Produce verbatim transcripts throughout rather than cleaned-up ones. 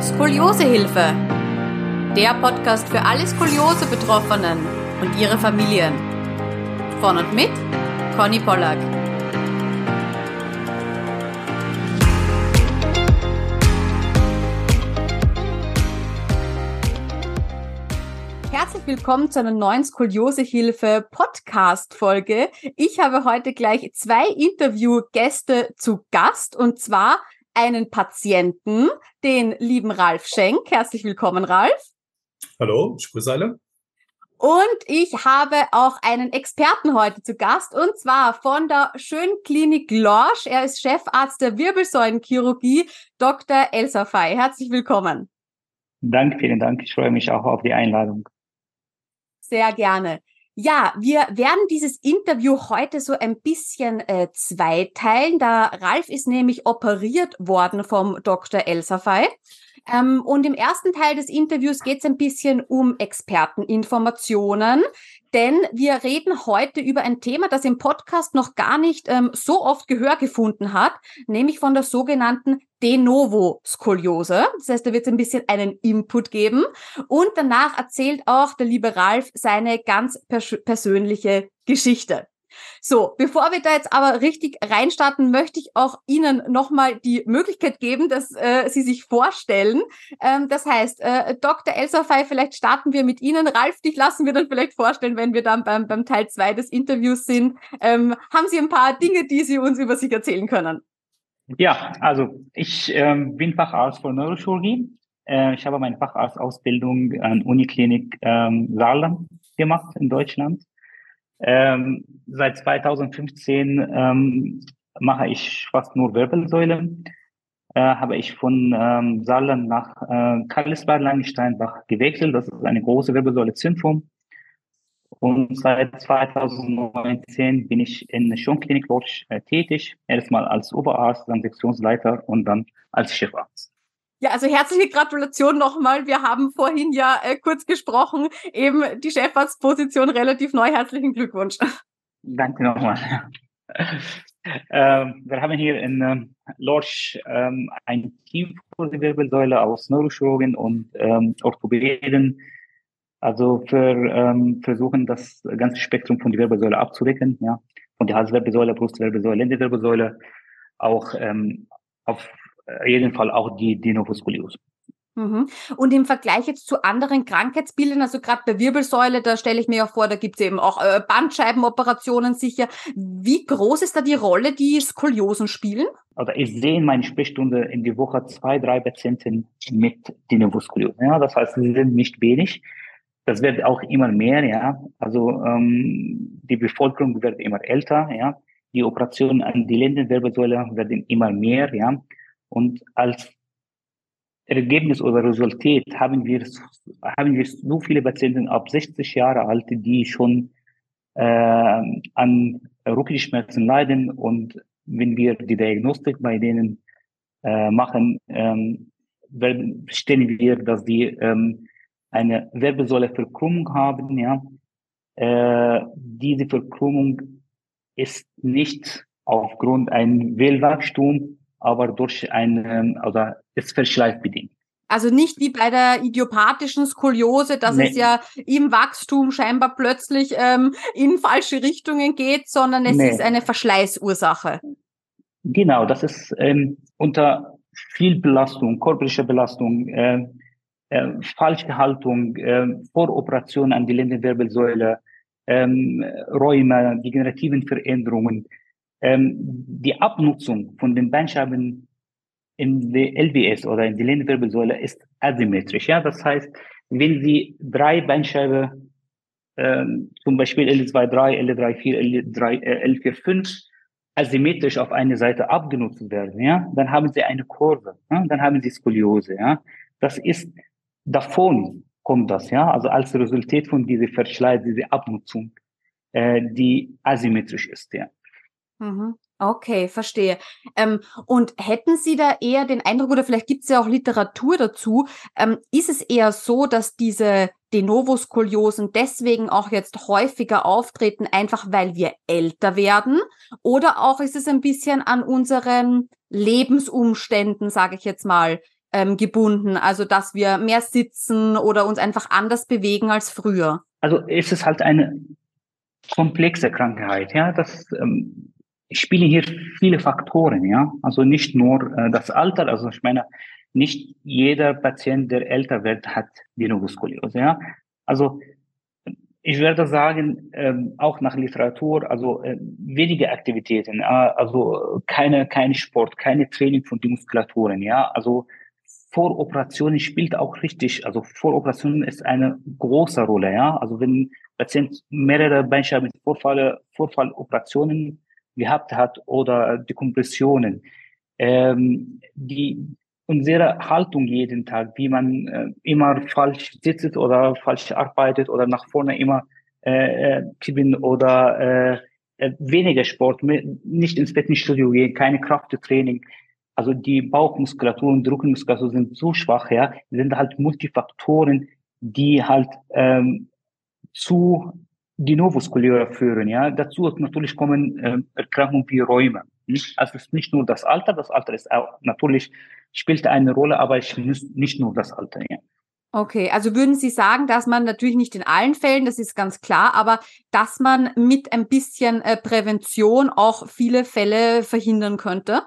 Skoliosehilfe. Der Podcast für alle Skoliose-Betroffenen und ihre Familien. Von und mit Conny Pollack. Herzlich willkommen zu einer neuen Skoliosehilfe-Podcast-Folge. Ich habe heute gleich zwei Interviewgäste zu Gast, und zwar einen Patienten, den lieben Ralf Schenk. Herzlich willkommen, Ralf. Hallo, ich grüße alle. Und ich habe auch einen Experten heute zu Gast, und zwar von der Schönklinik Lorsch. Er ist Chefarzt der Wirbelsäulenchirurgie, Doktor El Safai. Herzlich willkommen. Danke, vielen Dank. Ich freue mich auch auf die Einladung. Sehr gerne. Ja, wir werden dieses Interview heute so ein bisschen äh, zweiteilen. Der Ralf ist nämlich operiert worden vom Doktor El Safai. Ähm, und im ersten Teil des Interviews geht es ein bisschen um Experteninformationen, denn wir reden heute über ein Thema, das im Podcast noch gar nicht ähm, so oft Gehör gefunden hat, nämlich von der sogenannten De Novo Skoliose. Das heißt, da wird es ein bisschen einen Input geben, und danach erzählt auch der liebe Ralf seine ganz pers- persönliche Geschichte. So, bevor wir da jetzt aber richtig reinstarten, möchte ich auch Ihnen nochmal die Möglichkeit geben, dass äh, Sie sich vorstellen. Ähm, das heißt, äh, Doktor El Safai, vielleicht starten wir mit Ihnen. Ralf, dich lassen wir dann vielleicht vorstellen, wenn wir dann beim, beim Teil zwei des Interviews sind. Ähm, haben Sie ein paar Dinge, die Sie uns über sich erzählen können? Ja, also ich ähm, bin Facharzt für Neurochirurgie. Äh, ich habe meine Facharztausbildung an Uniklinik ähm, Saarland gemacht in Deutschland. Ähm, seit zweitausendfünfzehn ähm, mache ich fast nur Wirbelsäule. Äh, habe ich von ähm, Saarland nach äh, Karlsbad Langensteinbach gewechselt. Das ist eine große Wirbelsäulezentrum. Und seit zweitausendneunzehn bin ich in der Schönklinik Lorsch äh, tätig. Erstmal als Oberarzt, dann Sektionsleiter und dann als Chefarzt. Ja, also herzliche Gratulation nochmal. Wir haben vorhin ja äh, kurz gesprochen, eben die Chefarztposition relativ neu. Herzlichen Glückwunsch. Danke nochmal. ähm, wir haben hier in ähm, Lorsch ähm, ein Team für die Wirbelsäule aus Neurochirurgen und ähm, Orthopäden. Also für ähm, versuchen, das ganze Spektrum von der Wirbelsäule abzudecken, ja, von der Halswirbelsäule, Brustwirbelsäule, Lendenwirbelsäule, auch ähm, auf jeden Fall auch die De Novo Skoliose. Mhm. Und im Vergleich jetzt zu anderen Krankheitsbildern, also gerade bei Wirbelsäule, da stelle ich mir ja vor, da gibt es eben auch äh, Bandscheibenoperationen sicher. Wie groß ist da die Rolle, die Skoliosen spielen? Also ich sehe in meiner Sprechstunde in die Woche zwei, drei Patienten mit De Novo Skoliose. Ja, das heißt, sie sind nicht wenig. Das wird auch immer mehr, ja. Also ähm, die Bevölkerung wird immer älter, ja. Die Operationen an die Lendenwirbelsäule werden immer mehr, ja. Und als Ergebnis oder Resultat haben wir haben wir so viele Patienten ab sechzig Jahre alt, die schon äh, an Rückenschmerzen leiden. Und wenn wir die Diagnostik bei denen äh, machen, ähm, werden, stellen wir, dass die ähm, eine Wirbelsäuleverkrümmung haben, ja. Äh, diese Verkrümmung ist nicht aufgrund ein Fehlwachstum, aber durch ein, oder ist verschleißbedingt. Also nicht wie bei der idiopathischen Skoliose, dass nee. es ja im Wachstum scheinbar plötzlich ähm, in falsche Richtungen geht, sondern es nee. ist eine Verschleißursache. Genau, das ist ähm, unter viel Belastung, körperlicher Belastung, äh, äh, falsche Haltung, äh, Voroperationen an die Lendenwirbelsäule, ähm, Rheuma, degenerativen Veränderungen, ähm, die Abnutzung von den Bandscheiben in die L W S oder in die Lendenwirbelsäule ist asymmetrisch. Ja, das heißt, wenn Sie drei Bandscheiben, ähm, zum Beispiel L zwei drei, L drei vier, L drei, äh, L vier fünf, asymmetrisch auf eine Seite abgenutzt werden, ja, dann haben Sie eine Kurve, ja, dann haben Sie Skoliose, ja. Das ist, davon kommt das, ja, also als Resultat von dieser Verschleiß, diese Abnutzung, äh, die asymmetrisch ist, ja. Mhm. Okay, verstehe. Ähm, und hätten Sie da eher den Eindruck, oder vielleicht gibt es ja auch Literatur dazu, ähm, ist es eher so, dass diese De Novo Skoliosen deswegen auch jetzt häufiger auftreten, einfach weil wir älter werden? Oder auch ist es ein bisschen an unseren Lebensumständen, sage ich jetzt mal, ähm, gebunden, also dass wir mehr sitzen oder uns einfach anders bewegen als früher? Also es ist halt eine komplexe Krankheit, ja. Das ähm, spielen hier viele Faktoren, ja. Also nicht nur äh, das Alter, also ich meine, nicht jeder Patient, der älter wird, hat die Novuskuliose, ja. Also ich werde sagen, ähm, auch nach Literatur, also äh, wenige Aktivitäten, äh, also keine, kein Sport, keine Training von den Muskulaturen, ja. Also vor Operationen spielt auch richtig, also vor Operationen ist eine große Rolle, ja. Also wenn Patient mehrere Bandscheibenvorfälle, Vorfalloperationen gehabt hat oder Dekompressionen, ähm, die unsere Haltung jeden Tag, wie man äh, immer falsch sitzt oder falsch arbeitet oder nach vorne immer äh, kippen oder äh, äh, weniger Sport, nicht ins Fitnessstudio gehen, keine Krafttraining. Also die Bauchmuskulatur und die Rückenmuskulatur sind so schwach, ja, sind halt Multifaktoren, die halt ähm, zu die Novuskuläre führen, ja. Dazu natürlich kommen äh, Erkrankungen wie Rheuma. Hm? Also es ist nicht nur das Alter, das Alter ist auch natürlich spielt eine Rolle, aber es ist nicht nur das Alter, ja. Okay, also würden Sie sagen, dass man natürlich nicht in allen Fällen, das ist ganz klar, aber dass man mit ein bisschen äh, Prävention auch viele Fälle verhindern könnte?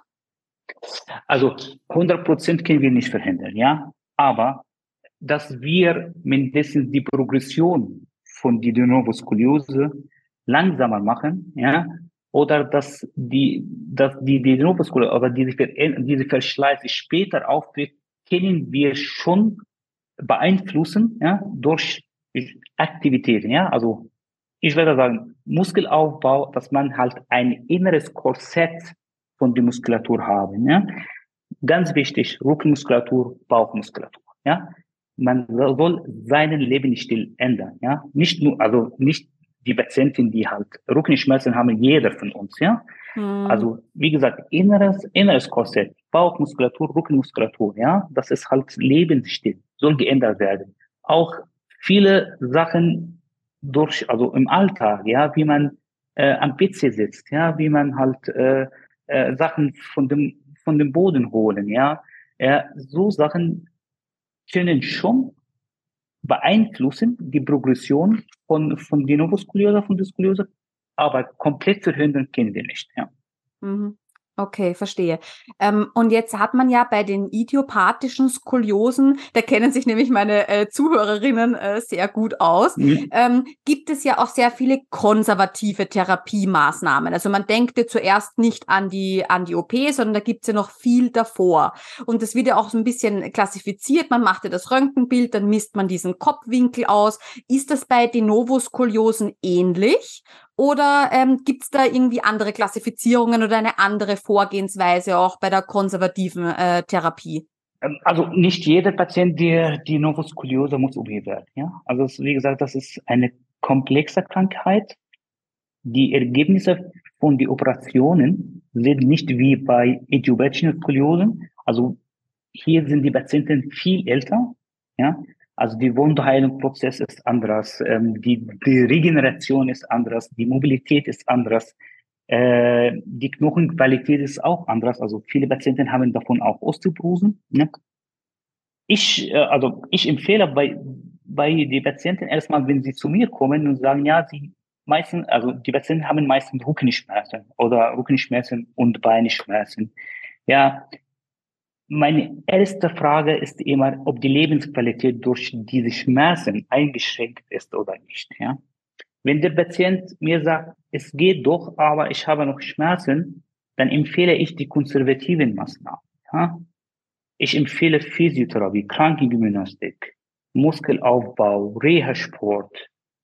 Also hundert Prozent können wir nicht verhindern, ja. Aber dass wir mindestens die Progression von die De Novo Skoliose langsamer machen, ja, oder dass die, dass die De Novo Skoliose oder diese, diese Verschleiß später auftritt, können wir schon beeinflussen, ja, durch Aktivitäten, ja. Also ich würde sagen, Muskelaufbau, dass man halt ein inneres Korsett von der Muskulatur haben, ja. Ganz wichtig, Rückenmuskulatur, Bauchmuskulatur, ja. Man soll seinen Lebensstil ändern, ja. Nicht nur, also nicht die Patienten, die halt Rückenschmerzen haben, jeder von uns, ja. Hm. Also, wie gesagt, inneres, inneres Korsett, Bauchmuskulatur, Rückenmuskulatur, ja. Das ist halt Lebensstil, soll geändert werden. Auch viele Sachen durch, also im Alltag, ja, wie man äh, am P C sitzt, ja, wie man halt äh, äh, Sachen von dem von dem Boden holen, ja. Ja, so Sachen können schon beeinflussen die Progression von, von De Novo Skoliose, von der Skoliose, aber komplett verhindern können wir nicht, ja. Mhm. Okay, verstehe. Ähm, und jetzt hat man ja bei den idiopathischen Skoliosen, da kennen sich nämlich meine äh, Zuhörerinnen äh, sehr gut aus, Mhm. ähm, gibt es ja auch sehr viele konservative Therapiemaßnahmen. Also man denkt ja zuerst nicht an die, an die O P, sondern da gibt's ja noch viel davor. Und das wird ja auch so ein bisschen klassifiziert. Man macht ja das Röntgenbild, dann misst man diesen Kopfwinkel aus. Ist das bei De Novo Skoliosen ähnlich? Oder ähm, gibt es da irgendwie andere Klassifizierungen oder eine andere Vorgehensweise auch bei der konservativen äh, Therapie? Also nicht jeder Patient, der die Novoskoliose muss O P werden, ja. Also es, wie gesagt, das ist eine komplexe Krankheit. Die Ergebnisse von den Operationen sind nicht wie bei idiopatischen Skoliosen. Also hier sind die Patienten viel älter, ja. Also die Wundheilungsprozess ist anders, ähm, die, die Regeneration ist anders, die Mobilität ist anders, äh, die Knochenqualität ist auch anders. Also viele Patienten haben davon auch Osteoporosen. Ne? Ich, äh, also ich empfehle bei bei den Patienten erstmal, wenn sie zu mir kommen und sagen, ja, sie meistens, also die Patienten haben meistens Rückenschmerzen oder Rückenschmerzen und Beinschmerzen. Ja, meine erste Frage ist immer, ob die Lebensqualität durch diese Schmerzen eingeschränkt ist oder nicht, ja. Wenn der Patient mir sagt, es geht doch, aber ich habe noch Schmerzen, dann empfehle ich die konservativen Maßnahmen, ja. Ich empfehle Physiotherapie, Krankengymnastik, Muskelaufbau, Reha-Sport.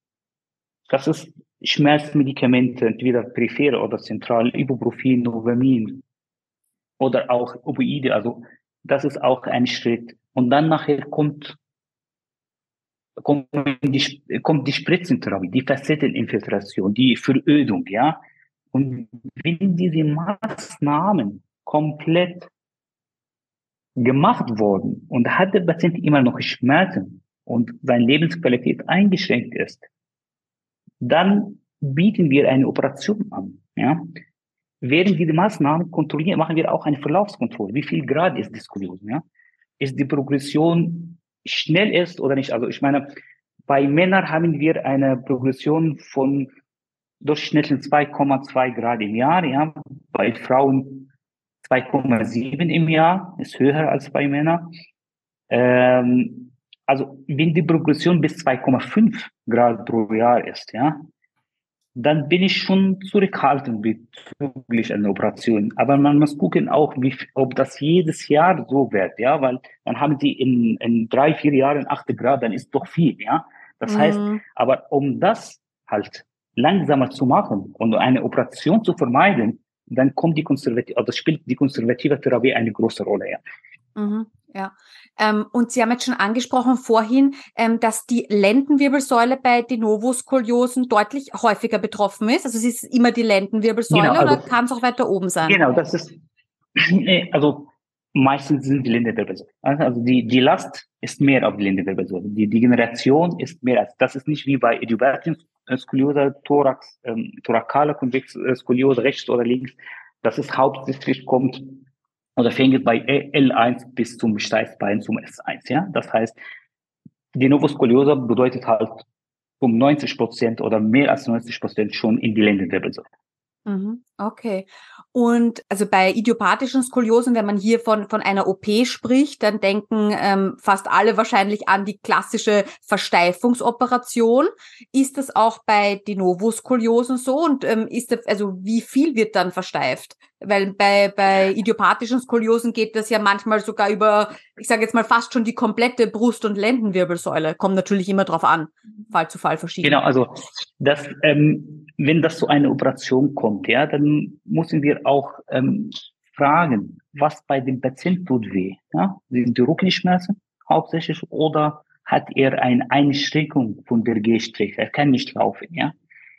Das ist Schmerzmedikamente, entweder peripher oder zentral, Ibuprofen, Novamin oder auch Opioide, also das ist auch ein Schritt. Und dann nachher kommt, kommt die, kommt die Spritzentherapie, die Facetteninfiltration, die Verödung, ja. Und wenn diese Maßnahmen komplett gemacht wurden und hat der Patient immer noch Schmerzen und seine Lebensqualität eingeschränkt ist, dann bieten wir eine Operation an, ja. Während diese Maßnahmen kontrollieren, machen wir auch eine Verlaufskontrolle. Wie viel Grad ist die Skoliose, ja? ist die Progression schnell ist oder nicht. Also ich meine, bei Männern haben wir eine Progression von durchschnittlich zwei Komma zwei Grad im Jahr, ja. Bei Frauen zwei Komma sieben im Jahr, ist höher als bei Männern. Ähm, also wenn die Progression bis zwei Komma fünf Grad pro Jahr ist, ja, dann bin ich schon zurückhaltend bezüglich einer Operation. Aber man muss gucken auch, wie, ob das jedes Jahr so wird, ja, weil dann haben sie in, in drei, vier Jahren acht Grad, dann ist doch viel, ja. Das heißt, Mhm. aber um das halt langsamer zu machen und eine Operation zu vermeiden, dann kommt die konservative, also spielt die konservative Therapie eine große Rolle, ja. Mhm, ja. Ähm, und Sie haben jetzt schon angesprochen vorhin, ähm, dass die Lendenwirbelsäule bei De Novo-Skoliosen deutlich häufiger betroffen ist. Also es ist immer die Lendenwirbelsäule, Genau, also, oder kann es auch weiter oben sein? Genau, das ist, also meistens sind die Lendenwirbelsäule. Also die, die Last ist mehr auf die Lendenwirbelsäule. Die, die Generation ist mehr als, das ist nicht wie bei Idiopathische Skoliose, Thorax, ähm, thorakale konvexe Skoliose rechts oder links. Das ist hauptsächlich kommt oder fängt bei L eins bis zum Steißbein zum S eins, ja. Das heißt, die Novoskoliose bedeutet halt um neunzig Prozent oder mehr als neunzig Prozent schon in die Lendenwirbelsäule. Mhm, okay. Und also bei idiopathischen Skoliosen, wenn man hier von von einer O P spricht, dann denken ähm, fast alle wahrscheinlich an die klassische Versteifungsoperation. Ist das auch bei De Novo-Skoliosen so? Und ähm, ist das, also wie viel wird dann versteift? Weil bei bei idiopathischen Skoliosen geht das ja manchmal sogar über, ich sage jetzt mal fast schon die komplette Brust- und Lendenwirbelsäule. Kommt natürlich immer drauf an, Fall zu Fall verschieden. Genau, also das, ähm, wenn das zu einer Operation kommt, ja, dann müssen wir auch ähm, fragen, was bei dem Patienten tut weh. Ja? Sind die Rückenschmerzen hauptsächlich oder hat er eine Einschränkung von der Gehstrecke? Er kann nicht laufen, ja.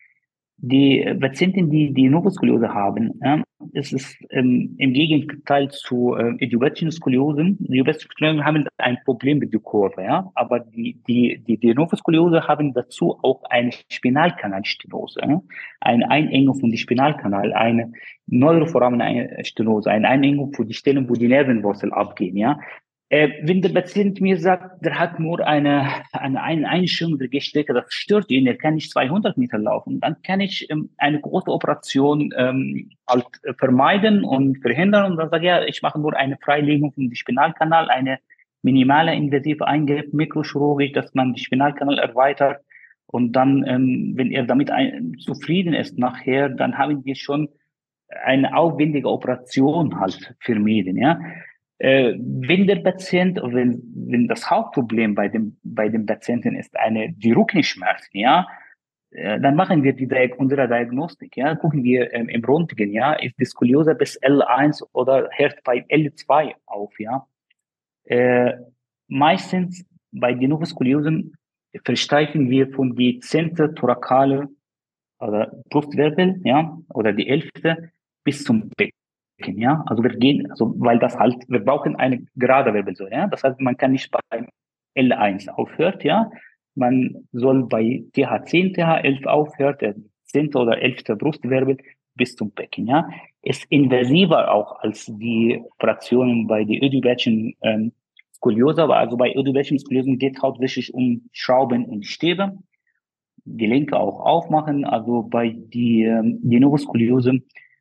Die Patienten, die die Novoskoliose haben, ja, es ist ähm, im Gegenteil zu äh, idiopatischen Skoliosen. Die idiopatischen Skoliosen haben ein Problem mit der Kurve, ja, aber die die die, die Novoskoliose haben dazu auch eine Spinalkanalstenose, ja? Eine Einengung von dem Spinalkanal, eine Neuroforamenstenose, eine Einengung für die Stellen, wo die Nervenwurzel abgehen, ja. Äh, wenn der Patient mir sagt, der hat nur eine, eine, eine Einschränkung der Gehstrecke, das stört ihn, er kann nicht zweihundert Meter laufen, dann kann ich ähm, eine große Operation ähm, halt äh, vermeiden und verhindern und dann sage ich, ja, ich mache nur eine Freilegung vom Spinalkanal, eine minimale invasive Eingriff, mikrochirurgisch, dass man den Spinalkanal erweitert und dann, ähm, wenn er damit ein, zufrieden ist nachher, dann haben wir schon eine aufwendige Operation halt vermieden, ja. Äh, wenn der Patient, wenn, wenn das Hauptproblem bei dem, bei dem Patienten ist eine, die Rückenschmerzen, ja, äh, dann machen wir die, unsere Diagnostik, ja, gucken wir ähm, im Röntgen, ja, ist die Skoliose bis L eins oder hört bei L zwei auf, ja. Äh, meistens bei De Novo-Skoliosen versteifen wir von die Zentrum thorakale oder Brustwirbel, ja, oder die Elfte bis zum Becken. Ja, also wir gehen, also weil das halt, wir brauchen eine gerade Wirbelsäule, ja, das heißt, man kann nicht bei L eins aufhört, ja, man soll bei T H zehn, T H elf aufhört, der zehnte oder elfte Brustwirbel bis zum Becken, ja, ist invasiver auch als die Operationen bei der idiopatischen ähm, Skoliose, aber also bei idiopatischen Skoliosen geht hauptsächlich um Schrauben und Stäbe, Gelenke auch aufmachen, also bei die, ähm, die Novoskoliose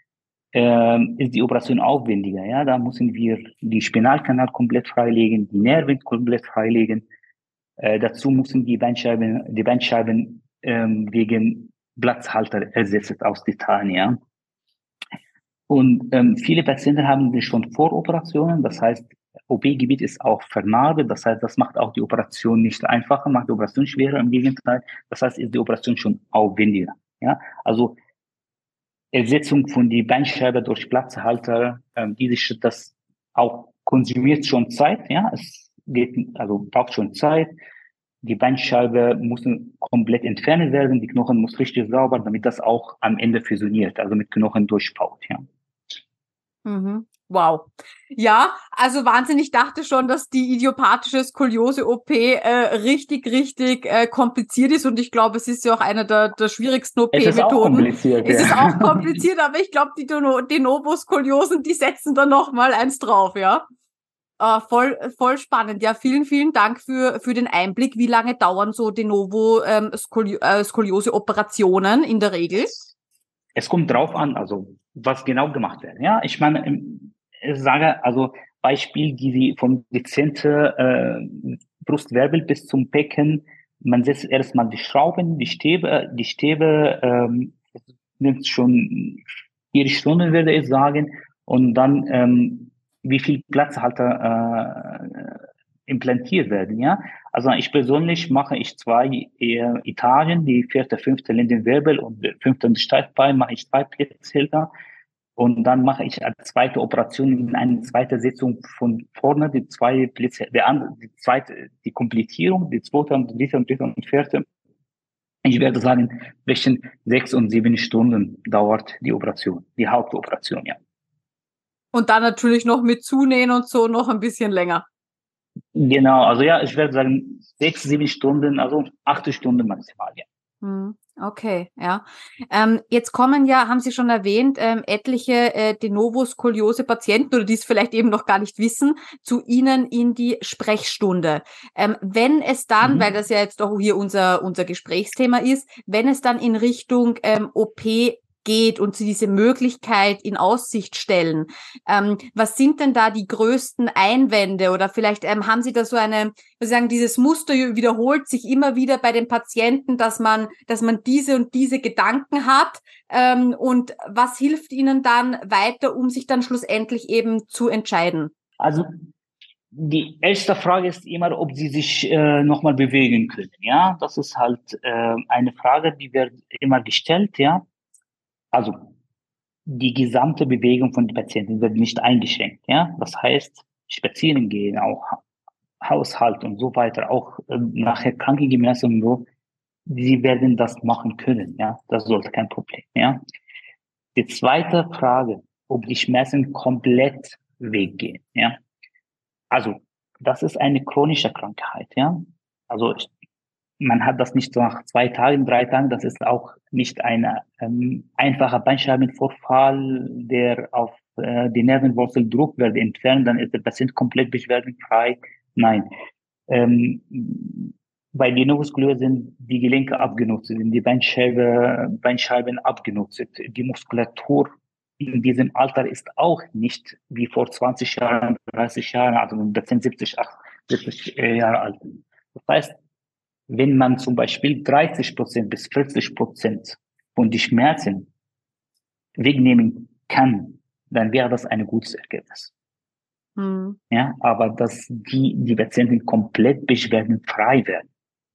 ähm, ist die Operation aufwendiger. Ja, da müssen wir die Spinalkanal komplett freilegen, die Nerven komplett freilegen. Äh, dazu müssen die Bandscheiben, die Bandscheiben ähm, wegen Platzhalter ersetzt aus Titan. Ja. Und ähm, viele Patienten haben das schon vor Operationen. Das heißt, O P-Gebiet ist auch vernarbelt. Das heißt, das macht auch die Operation nicht einfacher, macht die Operation schwerer. Im Gegenteil. Das heißt, ist die Operation schon aufwendiger. Ja, also Ersetzung von die Bandscheibe durch Platzhalter, ähm, diese Schritt, das auch konsumiert schon Zeit, ja, es geht, also braucht schon Zeit. Die Bandscheibe muss komplett entfernt werden, die Knochen muss richtig sauber, damit das auch am Ende fusioniert, also mit Knochen durchbaut, ja. Mhm. Wow. Ja, also Wahnsinn. Ich dachte schon, dass die idiopathische Skoliose-O P äh, richtig, richtig äh, kompliziert ist und ich glaube, es ist ja auch eine der, der schwierigsten O P-Methoden. Es ist auch kompliziert, Es ja. ist auch kompliziert, aber ich glaube, die De Novo-Skoliosen, die setzen da noch mal eins drauf, ja? Uh, voll, voll spannend. Ja, vielen, vielen Dank für, für den Einblick. Wie lange dauern so de novo ähm, Skoli- äh, Skoliose-Operationen in der Regel? Es kommt drauf an, also was genau gemacht wird. Ja, ich meine, ich sage, also Beispiel, die sie vom dezente äh, Brustwirbel bis zum Becken, man setzt erstmal die Schrauben, die Stäbe, die Stäbe ähm, nimmt schon vier Stunden, würde ich sagen, und dann ähm, wie viel Platzhalter äh, implantiert werden, ja. Also ich persönlich mache ich zwei äh, Etagen, die vierte, fünfte Lendenwirbel und der fünfte Steißbein mache ich zwei Platzhalter und dann mache ich als zweite Operation in eine zweite Sitzung von vorne die zwei Plätze, der andere, die zweite, die Komplettierung, die zweite und dritte und dritte und vierte. Ich werde sagen, zwischen sechs und sieben Stunden dauert die Operation, die Hauptoperation, ja. Und dann natürlich noch mit Zunähen und so noch ein bisschen länger. Genau, also ja, ich werde sagen, sechs, sieben Stunden, also acht Stunden maximal, ja. Okay, ja. Ähm, jetzt kommen ja, haben Sie schon erwähnt, ähm, etliche äh, de novo Skoliose-Patienten oder die es vielleicht eben noch gar nicht wissen, zu Ihnen in die Sprechstunde. Ähm, wenn es dann, mhm. weil das ja jetzt auch hier unser unser Gesprächsthema ist, wenn es dann in Richtung ähm, O P geht und Sie diese Möglichkeit in Aussicht stellen. Ähm, was sind denn da die größten Einwände oder vielleicht ähm, haben Sie da so eine, wir sagen, dieses Muster wiederholt sich immer wieder bei den Patienten, dass man, dass man diese und diese Gedanken hat ähm, und was hilft Ihnen dann weiter, um sich dann schlussendlich eben zu entscheiden? Also die erste Frage ist immer, ob sie sich äh, nochmal bewegen können. Ja, das ist halt äh, eine Frage, die wird immer gestellt. Ja, also die gesamte Bewegung von den Patienten wird nicht eingeschränkt. Ja, das heißt, spazieren gehen, auch Haushalt und so weiter, auch äh, nachher Krankengymnasium und so, sie werden das machen können. Ja, das sollte kein Problem. Ja, die zweite Frage, ob die Schmerzen komplett weggehen. Ja, also das ist eine chronische Krankheit. Ja, also ich, man hat das nicht so nach zwei Tagen, drei Tagen. Das ist auch nicht ein ähm, einfacher Bandscheibenvorfall, der auf äh, die Nervenwurzel Druck wird entfernt, dann ist der Patient komplett beschwerdenfrei. Nein. Ähm, bei de novo Skoliose sind die Gelenke abgenutzt, sind die Beinscheibe, Beinscheiben abgenutzt. Die Muskulatur in diesem Alter ist auch nicht wie vor zwanzig Jahren, dreißig Jahren, also ein Patient siebzig, achtzig Jahre alt. Das heißt, wenn man zum Beispiel dreißig Prozent bis vierzig Prozent von die Schmerzen wegnehmen kann, dann wäre das ein gutes Ergebnis. Hm. Ja, aber dass die, die Patienten komplett beschwerdenfrei werden.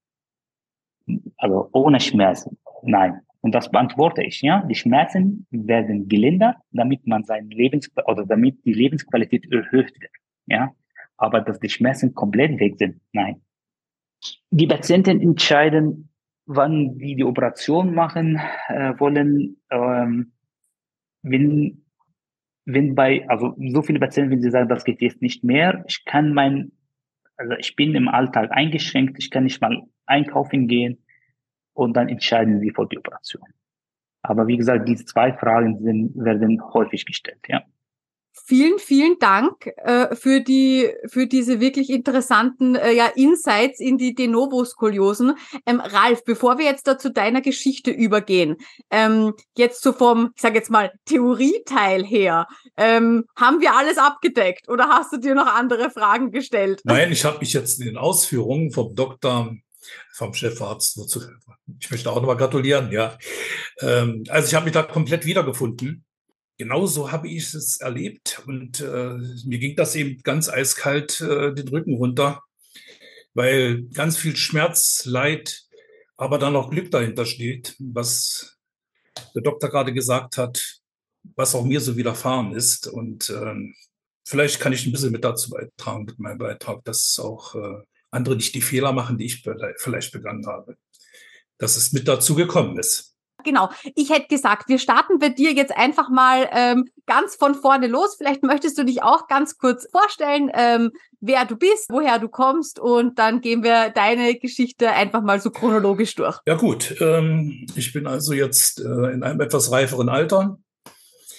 Also ohne Schmerzen. Nein. Und das beantworte ich, ja. Die Schmerzen werden gelindert, damit man sein Lebens, oder damit die Lebensqualität erhöht wird. Ja. Aber dass die Schmerzen komplett weg sind, nein. Die Patienten entscheiden, wann die die Operation machen äh, wollen. Ähm, wenn, wenn bei, also so viele Patienten, wenn sie sagen, das geht jetzt nicht mehr, ich kann mein, also ich bin im Alltag eingeschränkt, ich kann nicht mal einkaufen gehen und dann entscheiden sie vor die Operation. Aber wie gesagt, diese zwei Fragen sind, werden häufig gestellt, ja. Vielen, vielen Dank äh, für die für diese wirklich interessanten äh, ja, Insights in die de novo Skoliosen. Ähm, Ralf, bevor wir jetzt da zu deiner Geschichte übergehen, ähm, jetzt so vom, ich sage jetzt mal, Theorieteil her, ähm, haben wir alles abgedeckt oder hast du dir noch andere Fragen gestellt? Nein, ich habe mich jetzt in den Ausführungen vom Doktor, vom Chefarzt, ich möchte auch nochmal gratulieren, ja. Ähm, also ich habe mich da komplett wiedergefunden. Genauso habe ich es erlebt und äh, mir ging das eben ganz eiskalt äh, den Rücken runter, weil ganz viel Schmerz, Leid, aber dann auch Glück dahinter steht, was der Doktor gerade gesagt hat, was auch mir so widerfahren ist. Und äh, vielleicht kann ich ein bisschen mit dazu beitragen, mit meinem Beitrag, dass auch äh, andere nicht die Fehler machen, die ich vielleicht begangen habe, dass es mit dazu gekommen ist. Genau. Ich hätte gesagt, wir starten bei dir jetzt einfach mal ähm, ganz von vorne los. Vielleicht möchtest du dich auch ganz kurz vorstellen, ähm, wer du bist, woher du kommst und dann gehen wir deine Geschichte einfach mal so chronologisch durch. Ja gut, ähm, ich bin also jetzt äh, in einem etwas reiferen Alter.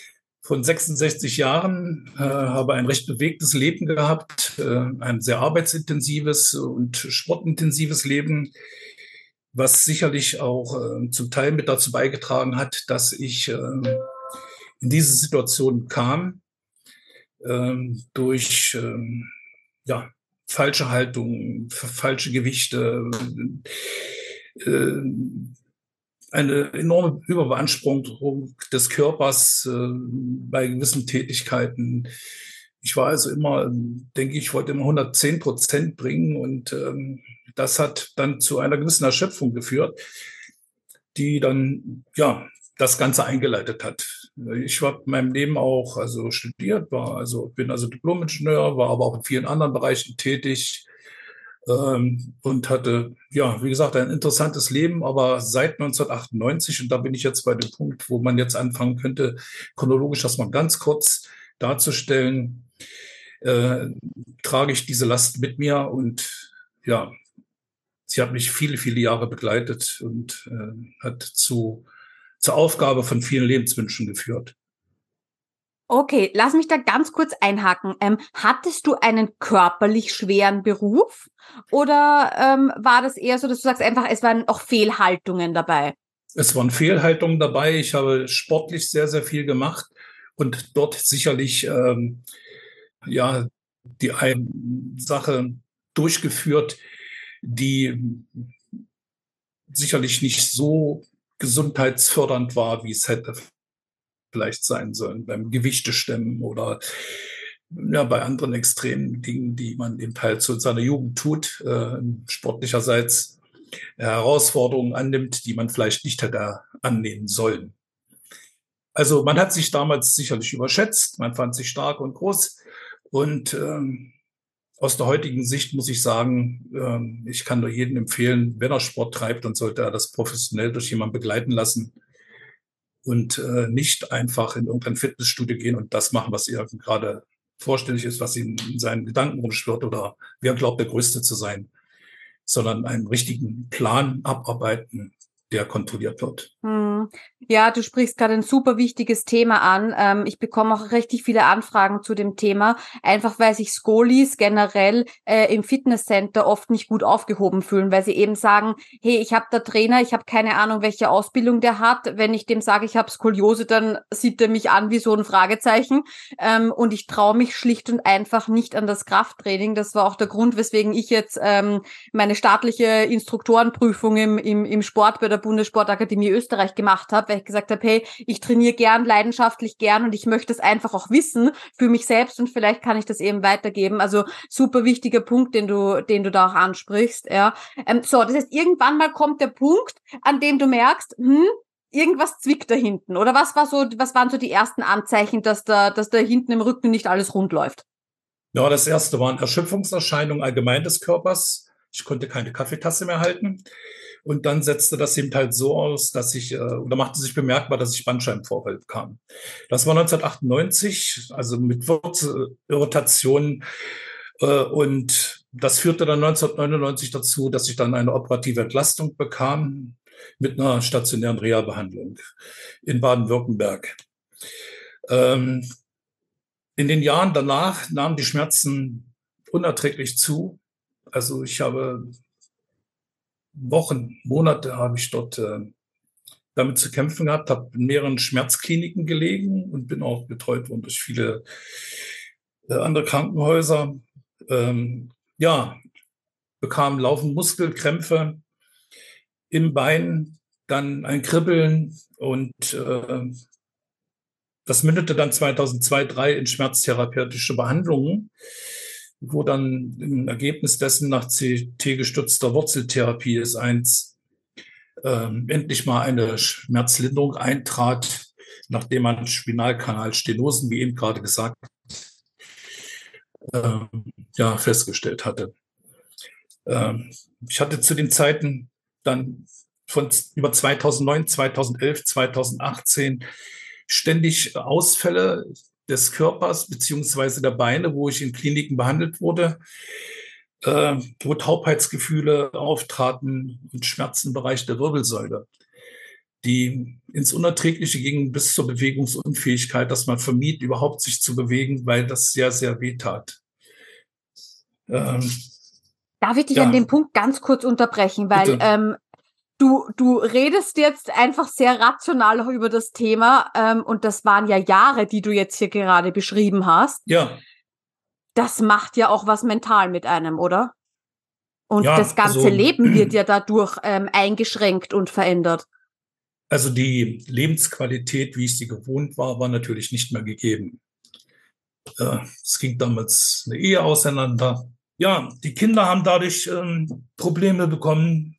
von sechsundsechzig Jahren, äh, habe ein recht bewegtes Leben gehabt, äh, ein sehr arbeitsintensives und sportintensives Leben, was sicherlich auch äh, zum Teil mit dazu beigetragen hat, dass ich äh, in diese Situation kam, äh, durch äh, ja, falsche Haltung, falsche Gewichte, äh, eine enorme Überbeanspruchung des Körpers äh, bei gewissen Tätigkeiten. Ich war also immer, denke ich, wollte immer hundertzehn Prozent bringen und ähm, das hat dann zu einer gewissen Erschöpfung geführt, die dann, ja, das Ganze eingeleitet hat. Ich habe in meinem Leben auch also studiert, war also, bin also Diplom-Ingenieur, war aber auch in vielen anderen Bereichen tätig, ähm, und hatte, ja, wie gesagt, ein interessantes Leben, aber seit neunzehnhundertachtundneunzig, und da bin ich jetzt bei dem Punkt, wo man jetzt anfangen könnte, chronologisch das mal ganz kurz darzustellen, äh, trage ich diese Last mit mir und ja, sie hat mich viele, viele Jahre begleitet und äh, hat zu, zur Aufgabe von vielen Lebenswünschen geführt. Okay, lass mich da ganz kurz einhaken. Ähm, hattest du einen körperlich schweren Beruf oder ähm, war das eher so, dass du sagst einfach, es waren auch Fehlhaltungen dabei? Es waren Fehlhaltungen dabei. Ich habe sportlich sehr, sehr viel gemacht und dort sicherlich ähm, ja die eine Sache durchgeführt, die sicherlich nicht so gesundheitsfördernd war, wie es hätte vielleicht sein sollen, beim Gewichtestemmen oder ja, bei anderen extremen Dingen, die man eben halt zu seiner Jugend tut, äh, sportlicherseits Herausforderungen annimmt, die man vielleicht nicht hätte annehmen sollen. Also man hat sich damals sicherlich überschätzt, man fand sich stark und groß und ähm, aus der heutigen Sicht muss ich sagen, ähm, ich kann nur jedem empfehlen, wenn er Sport treibt, dann sollte er das professionell durch jemanden begleiten lassen und äh, nicht einfach in irgendein Fitnessstudio gehen und das machen, was ihr gerade vorstellig ist, was ihm in seinen Gedanken rumschwirrt oder wer glaubt, der Größte zu sein, sondern einen richtigen Plan abarbeiten, der kontrolliert wird. Hm. Ja, du sprichst gerade ein super wichtiges Thema an. Ähm, ich bekomme auch richtig viele Anfragen zu dem Thema, einfach weil sich Skolis generell äh, im Fitnesscenter oft nicht gut aufgehoben fühlen, weil sie eben sagen, hey, ich habe da Trainer, ich habe keine Ahnung, welche Ausbildung der hat. Wenn ich dem sage, ich habe Skoliose, dann sieht er mich an wie so ein Fragezeichen. Ähm, und ich traue mich schlicht und einfach nicht an das Krafttraining. Das war auch der Grund, weswegen ich jetzt ähm, meine staatliche Instruktorenprüfung im, im, im Sport bei der Bundessportakademie Österreich gemacht habe, weil ich gesagt habe, hey, ich trainiere gern, leidenschaftlich gern und ich möchte es einfach auch wissen für mich selbst und vielleicht kann ich das eben weitergeben. Also super wichtiger Punkt, den du, den du da auch ansprichst. Ja. Ähm, so, das heißt, irgendwann mal kommt der Punkt, an dem du merkst, hm, irgendwas zwickt da hinten. Oder was war so, was waren so die ersten Anzeichen, dass da, dass da hinten im Rücken nicht alles rund läuft? Ja, das erste waren Erschöpfungserscheinungen allgemein des Körpers. Ich konnte keine Kaffeetasse mehr halten. Und dann setzte das eben halt so aus, dass ich, oder machte sich bemerkbar, dass ich Bandscheibenvorfall bekam. Das war neunzehnhundertachtundneunzig, also mit Wurzelirritationen. Und das führte dann neunzehnhundertneunundneunzig dazu, dass ich dann eine operative Entlastung bekam mit einer stationären Reha-Behandlung in Baden-Württemberg. In den Jahren danach nahmen die Schmerzen unerträglich zu. Also ich habe Wochen, Monate habe ich dort äh, damit zu kämpfen gehabt, habe in mehreren Schmerzkliniken gelegen und bin auch betreut worden durch viele äh, andere Krankenhäuser. Ähm, ja, bekam laufend Muskelkrämpfe im Bein, dann ein Kribbeln und äh, das mündete dann zweitausendzwei, zweitausenddrei in schmerztherapeutische Behandlungen, wo dann im Ergebnis dessen nach C T-gestützter Wurzeltherapie S eins ähm, endlich mal eine Schmerzlinderung eintrat, nachdem man Spinalkanalstenosen, wie eben gerade gesagt, ähm, ja, festgestellt hatte. Ähm, ich hatte zu den Zeiten dann von über zweitausendneun, zweitausendelf, zweitausendachtzehn ständig Ausfälle des Körpers beziehungsweise der Beine, wo ich in Kliniken behandelt wurde, äh, wo Taubheitsgefühle auftraten und Schmerzen im Bereich der Wirbelsäule. die ins Unerträgliche gingen bis zur Bewegungsunfähigkeit, dass man vermied, überhaupt sich zu bewegen, weil das sehr, sehr weh tat. Ähm, Darf ich dich ja, an dem Punkt ganz kurz unterbrechen, weil ähm, du du redest jetzt einfach sehr rational auch über das Thema ähm, und das waren ja Jahre, die du jetzt hier gerade beschrieben hast. Ja. Das macht ja auch was mental mit einem, oder? Und Ja, das ganze also, Leben wird ja dadurch ähm, eingeschränkt und verändert. Also die Lebensqualität, wie ich sie gewohnt war, war natürlich nicht mehr gegeben. Äh, es ging damals eine Ehe auseinander. Ja, die Kinder haben dadurch ähm, Probleme bekommen,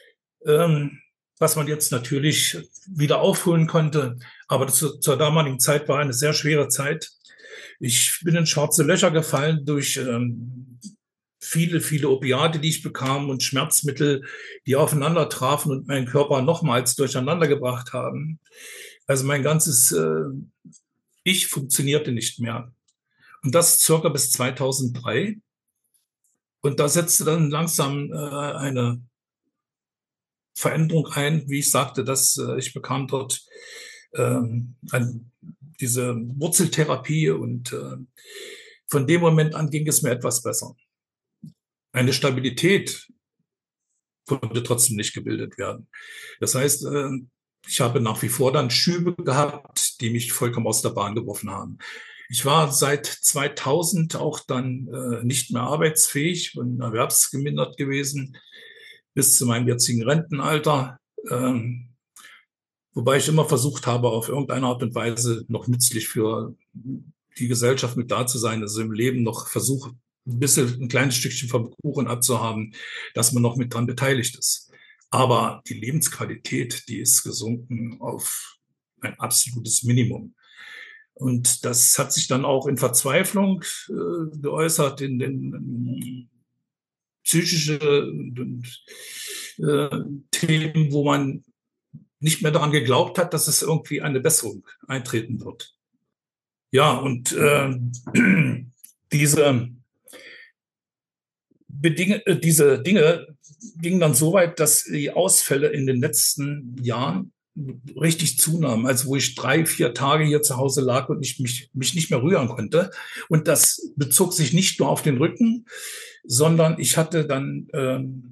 ähm, was man jetzt natürlich wieder aufholen konnte. Aber das, zur damaligen Zeit war eine sehr schwere Zeit. Ich bin in schwarze Löcher gefallen durch ähm, viele, viele Opiate, die ich bekam und Schmerzmittel, die aufeinander trafen und meinen Körper nochmals durcheinander gebracht haben. Also mein ganzes äh, Ich funktionierte nicht mehr. Und das circa bis zweitausenddrei. Und da setzte dann langsam äh, eine Veränderung ein, wie ich sagte, dass äh, ich bekam dort ähm, ein, diese Wurzeltherapie und äh, von dem Moment an ging es mir etwas besser. Eine Stabilität konnte trotzdem nicht gebildet werden. Das heißt, äh, ich habe nach wie vor dann Schübe gehabt, die mich vollkommen aus der Bahn geworfen haben. Ich war seit zweitausend auch dann äh, nicht mehr arbeitsfähig und erwerbsgemindert gewesen bis zu meinem jetzigen Rentenalter. Ähm, wobei ich immer versucht habe, auf irgendeine Art und Weise noch nützlich für die Gesellschaft mit da zu sein, also im Leben noch versuche, ein bisschen, ein kleines Stückchen vom Kuchen abzuhaben, dass man noch mit dran beteiligt ist. Aber die Lebensqualität, die ist gesunken auf ein absolutes Minimum. Und das hat sich dann auch in Verzweiflung äh, geäußert, in den psychische und, äh, Themen, wo man nicht mehr daran geglaubt hat, dass es irgendwie eine Besserung eintreten wird. Ja, und äh, diese, Bedinge, äh, diese Dinge gingen dann so weit, dass die Ausfälle in den letzten Jahren richtig zunahmen. Also wo ich drei, vier Tage hier zu Hause lag und ich mich, mich nicht mehr rühren konnte. Und das bezog sich nicht nur auf den Rücken, sondern ich hatte dann ähm,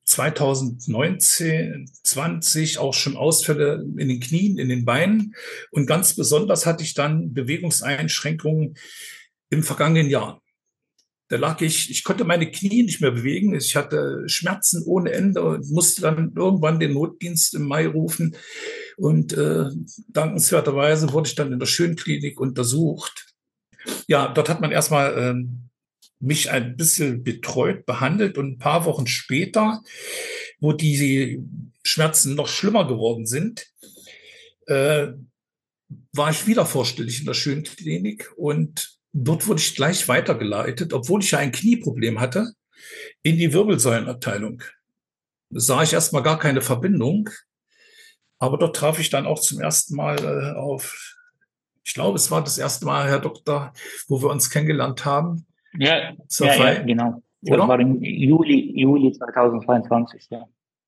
zweitausendneunzehn, zwanzig auch schon Ausfälle in den Knien, in den Beinen. Und ganz besonders hatte ich dann Bewegungseinschränkungen im vergangenen Jahr. Da lag ich, ich konnte meine Knie nicht mehr bewegen. Ich hatte Schmerzen ohne Ende und musste dann irgendwann den Notdienst im Mai rufen. Und äh, dankenswerterweise wurde ich dann in der Schönklinik untersucht. Ja, dort hat man erstmal äh, mich ein bisschen betreut, behandelt. Und ein paar Wochen später, wo die Schmerzen noch schlimmer geworden sind, äh, war ich wieder vorstellig in der Schönklinik und dort wurde ich gleich weitergeleitet, obwohl ich ja ein Knieproblem hatte, in die Wirbelsäulenabteilung. Da sah ich erstmal gar keine Verbindung, aber dort traf ich dann auch zum ersten Mal äh, auf, ich glaube, es war das erste Mal, Herr Doktor, wo wir uns kennengelernt haben. Ja, ja, ja, genau. Das Oder? war im Juli, Juli zweitausendzweiundzwanzig, ja.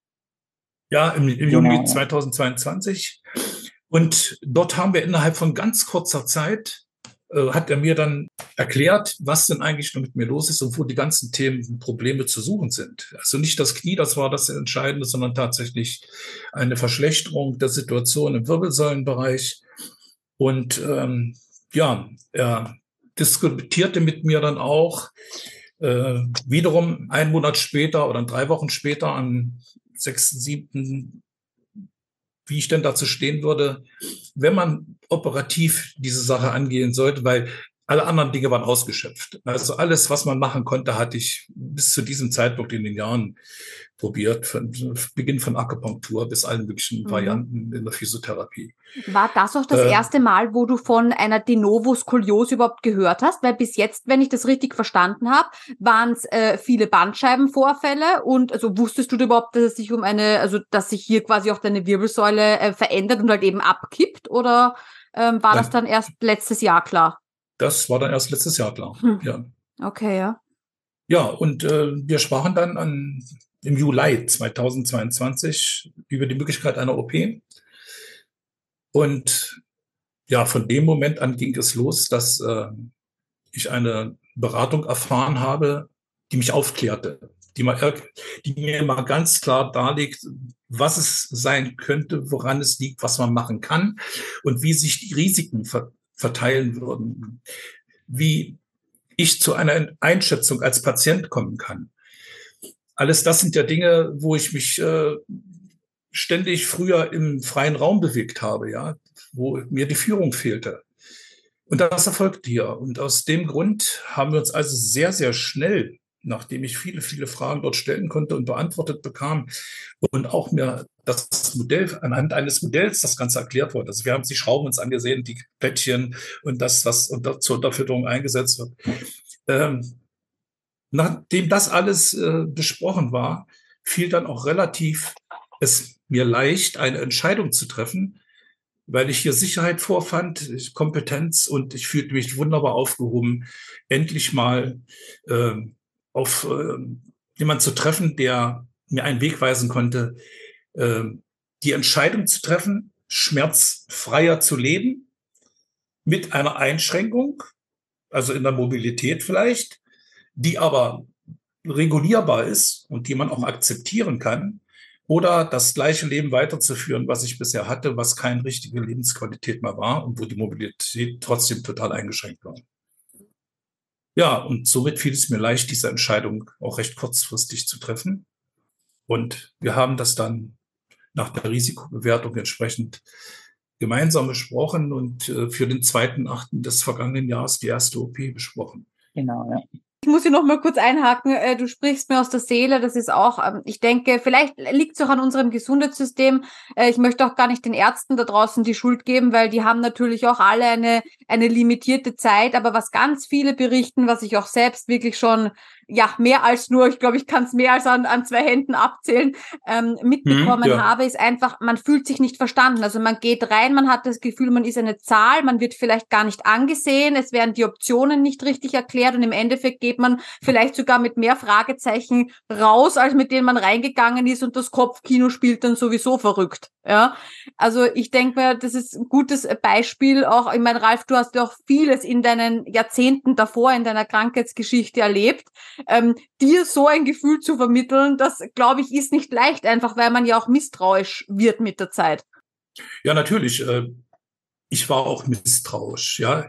Ja, im, im Genau, Juli ja. zweitausendzweiundzwanzig. Und dort haben wir innerhalb von ganz kurzer Zeit hat er mir dann erklärt, was denn eigentlich mit mir los ist und wo die ganzen Themen und Probleme zu suchen sind. Also nicht das Knie, das war das Entscheidende, sondern tatsächlich eine Verschlechterung der Situation im Wirbelsäulenbereich. Und ähm, ja, er diskutierte mit mir dann auch äh, wiederum einen Monat später oder drei Wochen später am sechsten, siebten wie ich denn dazu stehen würde, wenn man operativ diese Sache angehen sollte, weil alle anderen Dinge waren ausgeschöpft. Also alles, was man machen konnte, hatte ich bis zu diesem Zeitpunkt in den Jahren probiert, von Beginn von Akupunktur bis allen möglichen mhm. Varianten in der Physiotherapie. War das auch das äh, erste Mal, wo du von einer De novo Skoliose überhaupt gehört hast? Weil bis jetzt, wenn ich das richtig verstanden habe, waren es äh, viele Bandscheibenvorfälle und also wusstest du überhaupt, dass es sich um eine, also dass sich hier quasi auch deine Wirbelsäule äh, verändert und halt eben abkippt? Oder ähm, war Nein. das dann erst letztes Jahr klar? Das war dann erst letztes Jahr klar, hm. ja. Okay, ja. Ja, und äh, wir sprachen dann an, im Juli zweitausendzweiundzwanzig über die Möglichkeit einer O P. Und ja, von dem Moment an ging es los, dass äh, ich eine Beratung erfahren habe, die mich aufklärte, die, mal, die mir mal ganz klar darlegt, was es sein könnte, woran es liegt, was man machen kann und wie sich die Risiken ver- verteilen würden, wie ich zu einer Einschätzung als Patient kommen kann. Alles das sind ja Dinge, wo ich mich äh, ständig früher im freien Raum bewegt habe, ja, wo mir die Führung fehlte. Und das erfolgt hier. Und aus dem Grund haben wir uns also sehr, sehr schnell, nachdem ich viele, viele Fragen dort stellen konnte und beantwortet bekam und auch mir das Modell, anhand eines Modells das Ganze erklärt wurde. Also wir haben die Schrauben uns angesehen, die Plättchen und das, was unter, zur Unterfütterung eingesetzt wird. Ähm, nachdem das alles äh, besprochen war, fiel dann auch relativ es mir leicht, eine Entscheidung zu treffen, weil ich hier Sicherheit vorfand, Kompetenz und ich fühlte mich wunderbar aufgehoben, endlich mal äh, auf äh, jemanden zu treffen, der mir einen Weg weisen konnte, äh, die Entscheidung zu treffen, schmerzfreier zu leben, mit einer Einschränkung, also in der Mobilität vielleicht, die aber regulierbar ist und die man auch akzeptieren kann, oder das gleiche Leben weiterzuführen, was ich bisher hatte, was keine richtige Lebensqualität mehr war und wo die Mobilität trotzdem total eingeschränkt war. Ja, und somit fiel es mir leicht, diese Entscheidung auch recht kurzfristig zu treffen. Und wir haben das dann nach der Risikobewertung entsprechend gemeinsam besprochen und für den zweiten Achten des vergangenen Jahres die erste O P besprochen. Genau, ja. Ich muss hier noch mal kurz einhaken. Du sprichst mir aus der Seele. Das ist auch, ich denke, vielleicht liegt es auch an unserem Gesundheitssystem. Ich möchte auch gar nicht den Ärzten da draußen die Schuld geben, weil die haben natürlich auch alle eine, eine limitierte Zeit. Aber was ganz viele berichten, was ich auch selbst wirklich schon, ja, mehr als nur, ich glaube, ich kann es mehr als an, an zwei Händen abzählen, ähm, mitbekommen hm, ja. habe, ist einfach, man fühlt sich nicht verstanden. Also man geht rein, man hat das Gefühl, man ist eine Zahl, man wird vielleicht gar nicht angesehen, es werden die Optionen nicht richtig erklärt und im Endeffekt geht man vielleicht sogar mit mehr Fragezeichen raus, als mit denen man reingegangen ist und das Kopfkino spielt dann sowieso verrückt. Ja, also ich denke mir, das ist ein gutes Beispiel auch. Ich meine, Ralf, du hast ja auch vieles in deinen Jahrzehnten davor in deiner Krankheitsgeschichte erlebt. Ähm, dir so ein Gefühl zu vermitteln, das, glaube ich, ist nicht leicht, einfach weil man ja auch misstrauisch wird mit der Zeit. Ja, natürlich. Ich war auch misstrauisch, ja.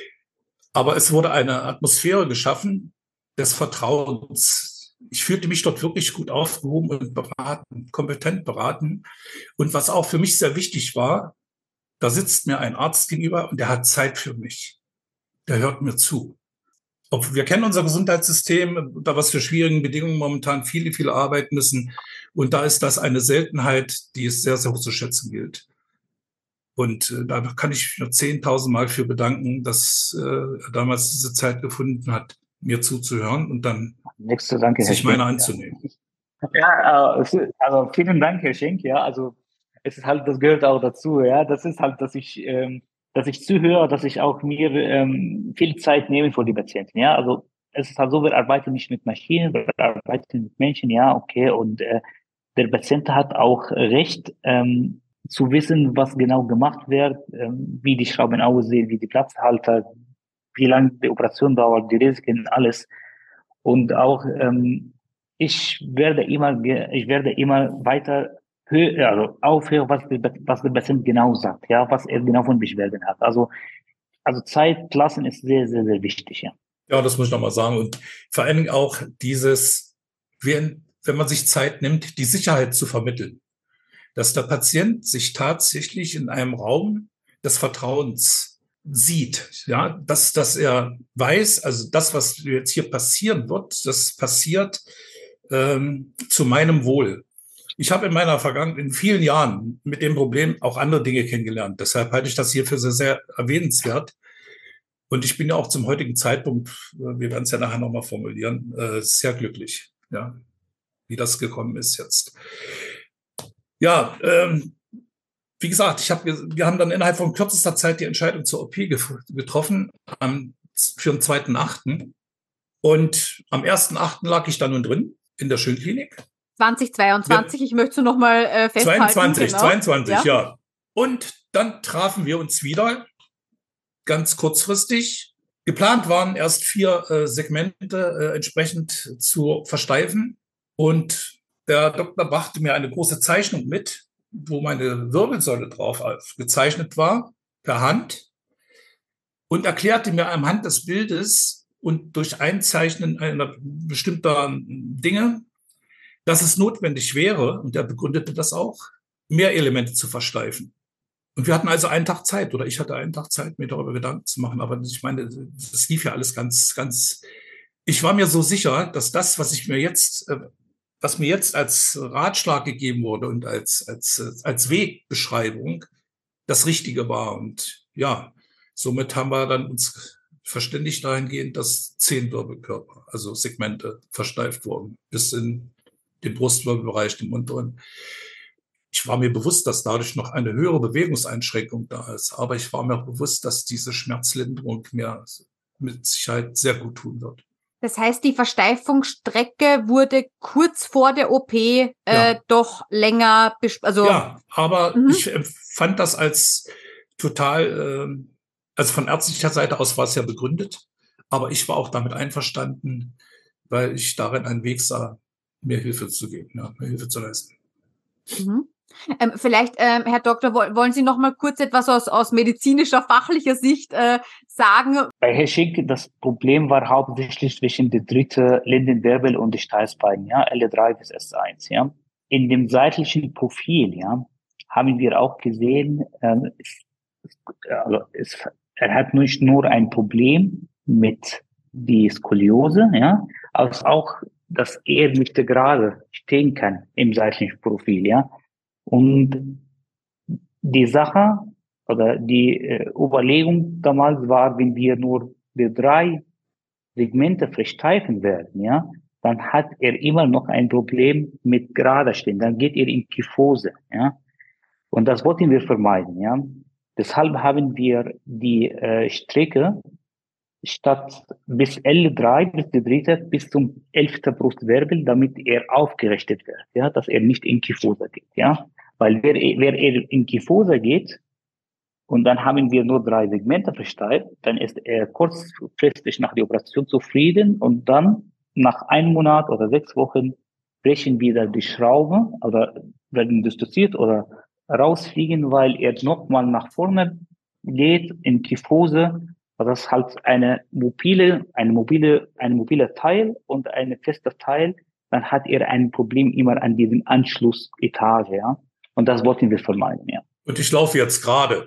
Aber es wurde eine Atmosphäre geschaffen des Vertrauens. Ich fühlte mich dort wirklich gut aufgehoben und beraten, kompetent beraten. Und was auch für mich sehr wichtig war, da sitzt mir ein Arzt gegenüber und der hat Zeit für mich. Der hört mir zu. Wir kennen unser Gesundheitssystem, unter was für schwierigen Bedingungen momentan viele, viele arbeiten müssen. Und da ist das eine Seltenheit, die es sehr, sehr hoch zu schätzen gilt. Und äh, da kann ich nur zehntausend Mal für bedanken, dass äh, er damals diese Zeit gefunden hat, mir zuzuhören und dann Nächste, danke, sich meiner anzunehmen. Ja, also vielen Dank, Herr Schenk. Ja, also es ist halt, das gehört auch dazu. Ja, das ist halt, dass ich, ähm, dass ich zuhöre, dass ich auch mir ähm, viel Zeit nehme für die Patienten. Ja, also es ist halt so, wir arbeiten nicht mit Maschinen, wir arbeiten mit Menschen. Ja, okay. Und äh, der Patient hat auch Recht, ähm, zu wissen, was genau gemacht wird, ähm, wie die Schrauben aussehen, wie die Platzhalter, wie lange die Operation dauert, die Risiken, alles. Und auch ähm, ich werde immer, ich werde immer weiter hö- also aufhören, was der, was der Patient genau sagt, ja, was er genau von Beschwerden hat. Also, also Zeit lassen ist sehr, sehr, sehr wichtig, ja. Ja, das muss ich nochmal sagen. Und vor allen Dingen auch dieses, wenn, wenn man sich Zeit nimmt, die Sicherheit zu vermitteln. Dass der Patient sich tatsächlich in einem Raum des Vertrauens sieht, ja, dass, dass er weiß, also das, was jetzt hier passieren wird, das passiert ähm, zu meinem Wohl. Ich habe in meiner Vergangenheit, in vielen Jahren mit dem Problem auch andere Dinge kennengelernt. Deshalb halte ich das hier für sehr, sehr erwähnenswert. Und ich bin ja auch zum heutigen Zeitpunkt, wir werden es ja nachher nochmal formulieren, äh, sehr glücklich, ja, wie das gekommen ist jetzt. Ja, ähm, wie gesagt, ich hab, wir haben dann innerhalb von kürzester Zeit die Entscheidung zur O P getroffen am, für den zweiten Achten Und am ersten Achten lag ich da nun drin in der Schönklinik. zwanzig zweiundzwanzig, ja. Ich möchte so nochmal äh, festhalten. zweiundzwanzig, genau. zweiundzwanzig, ja. ja. Und dann trafen wir uns wieder, ganz kurzfristig. Geplant waren erst vier äh, Segmente äh, entsprechend zu versteifen. Und der Doktor brachte mir eine große Zeichnung mit, wo meine Wirbelsäule drauf gezeichnet war, per Hand, und erklärte mir anhand des Bildes und durch Einzeichnen einer bestimmter Dinge, dass es notwendig wäre, und er begründete das auch, mehr Elemente zu versteifen. Und wir hatten also einen Tag Zeit, oder ich hatte einen Tag Zeit, mir darüber Gedanken zu machen. Aber ich meine, das lief ja alles ganz, ganz. Ich war mir so sicher, dass das, was ich mir jetzt, was mir jetzt als Ratschlag gegeben wurde und als, als, als Wegbeschreibung das Richtige war. Und ja, somit haben wir dann uns verständigt dahingehend, dass zehn Wirbelkörper, also Segmente, versteift wurden, bis in den Brustwirbelbereich, den unteren. Ich war mir bewusst, dass dadurch noch eine höhere Bewegungseinschränkung da ist, aber ich war mir bewusst, dass diese Schmerzlinderung mir mit Sicherheit sehr gut tun wird. Das heißt, die Versteifungsstrecke wurde kurz vor der O P äh, ja. doch länger, also ja, aber mhm. ich empfand das als total, äh, also von ärztlicher Seite aus war es ja begründet, aber ich war auch damit einverstanden, weil ich darin einen Weg sah, mir Hilfe zu geben, ja, mir Hilfe zu leisten. Mhm. Ähm, vielleicht, ähm, Herr Doktor, wollen Sie noch mal kurz etwas aus, aus medizinischer, fachlicher Sicht äh, sagen? Bei Herr Schick, das Problem war hauptsächlich zwischen der dritten Lendenwirbel und der Steißbein, ja, L drei bis S eins, ja. In dem seitlichen Profil, ja, haben wir auch gesehen, ähm, es, also es, er hat nicht nur ein Problem mit die Skoliose, ja, als auch, dass er nicht gerade stehen kann im seitlichen Profil, ja. Und die Sache oder die äh, Überlegung damals war, wenn wir nur die drei Segmente versteifen werden, ja, dann hat er immer noch ein Problem mit gerade stehen. Dann geht er in Kyphose, ja. Und das wollten wir vermeiden, ja. Deshalb haben wir die äh, Strecke statt bis L drei, bis die dritte, bis zum elften Brustwirbel, damit er aufgerichtet wird, ja, dass er nicht in Kyphose geht, ja. Weil wer, wer er in Kyphose geht, und dann haben wir nur drei Segmente versteift, dann ist er kurzfristig nach der Operation zufrieden und dann nach einem Monat oder sechs Wochen brechen wieder die Schraube oder werden disloziert oder rausfliegen, weil er nochmal nach vorne geht in Kyphose. Das ist halt eine mobile, eine mobile, ein mobiler Teil und ein fester Teil. Dann hat er ein Problem immer an diesem Anschlussetage, ja. Und das wollten wir vermeiden, ja. Und ich laufe jetzt gerade.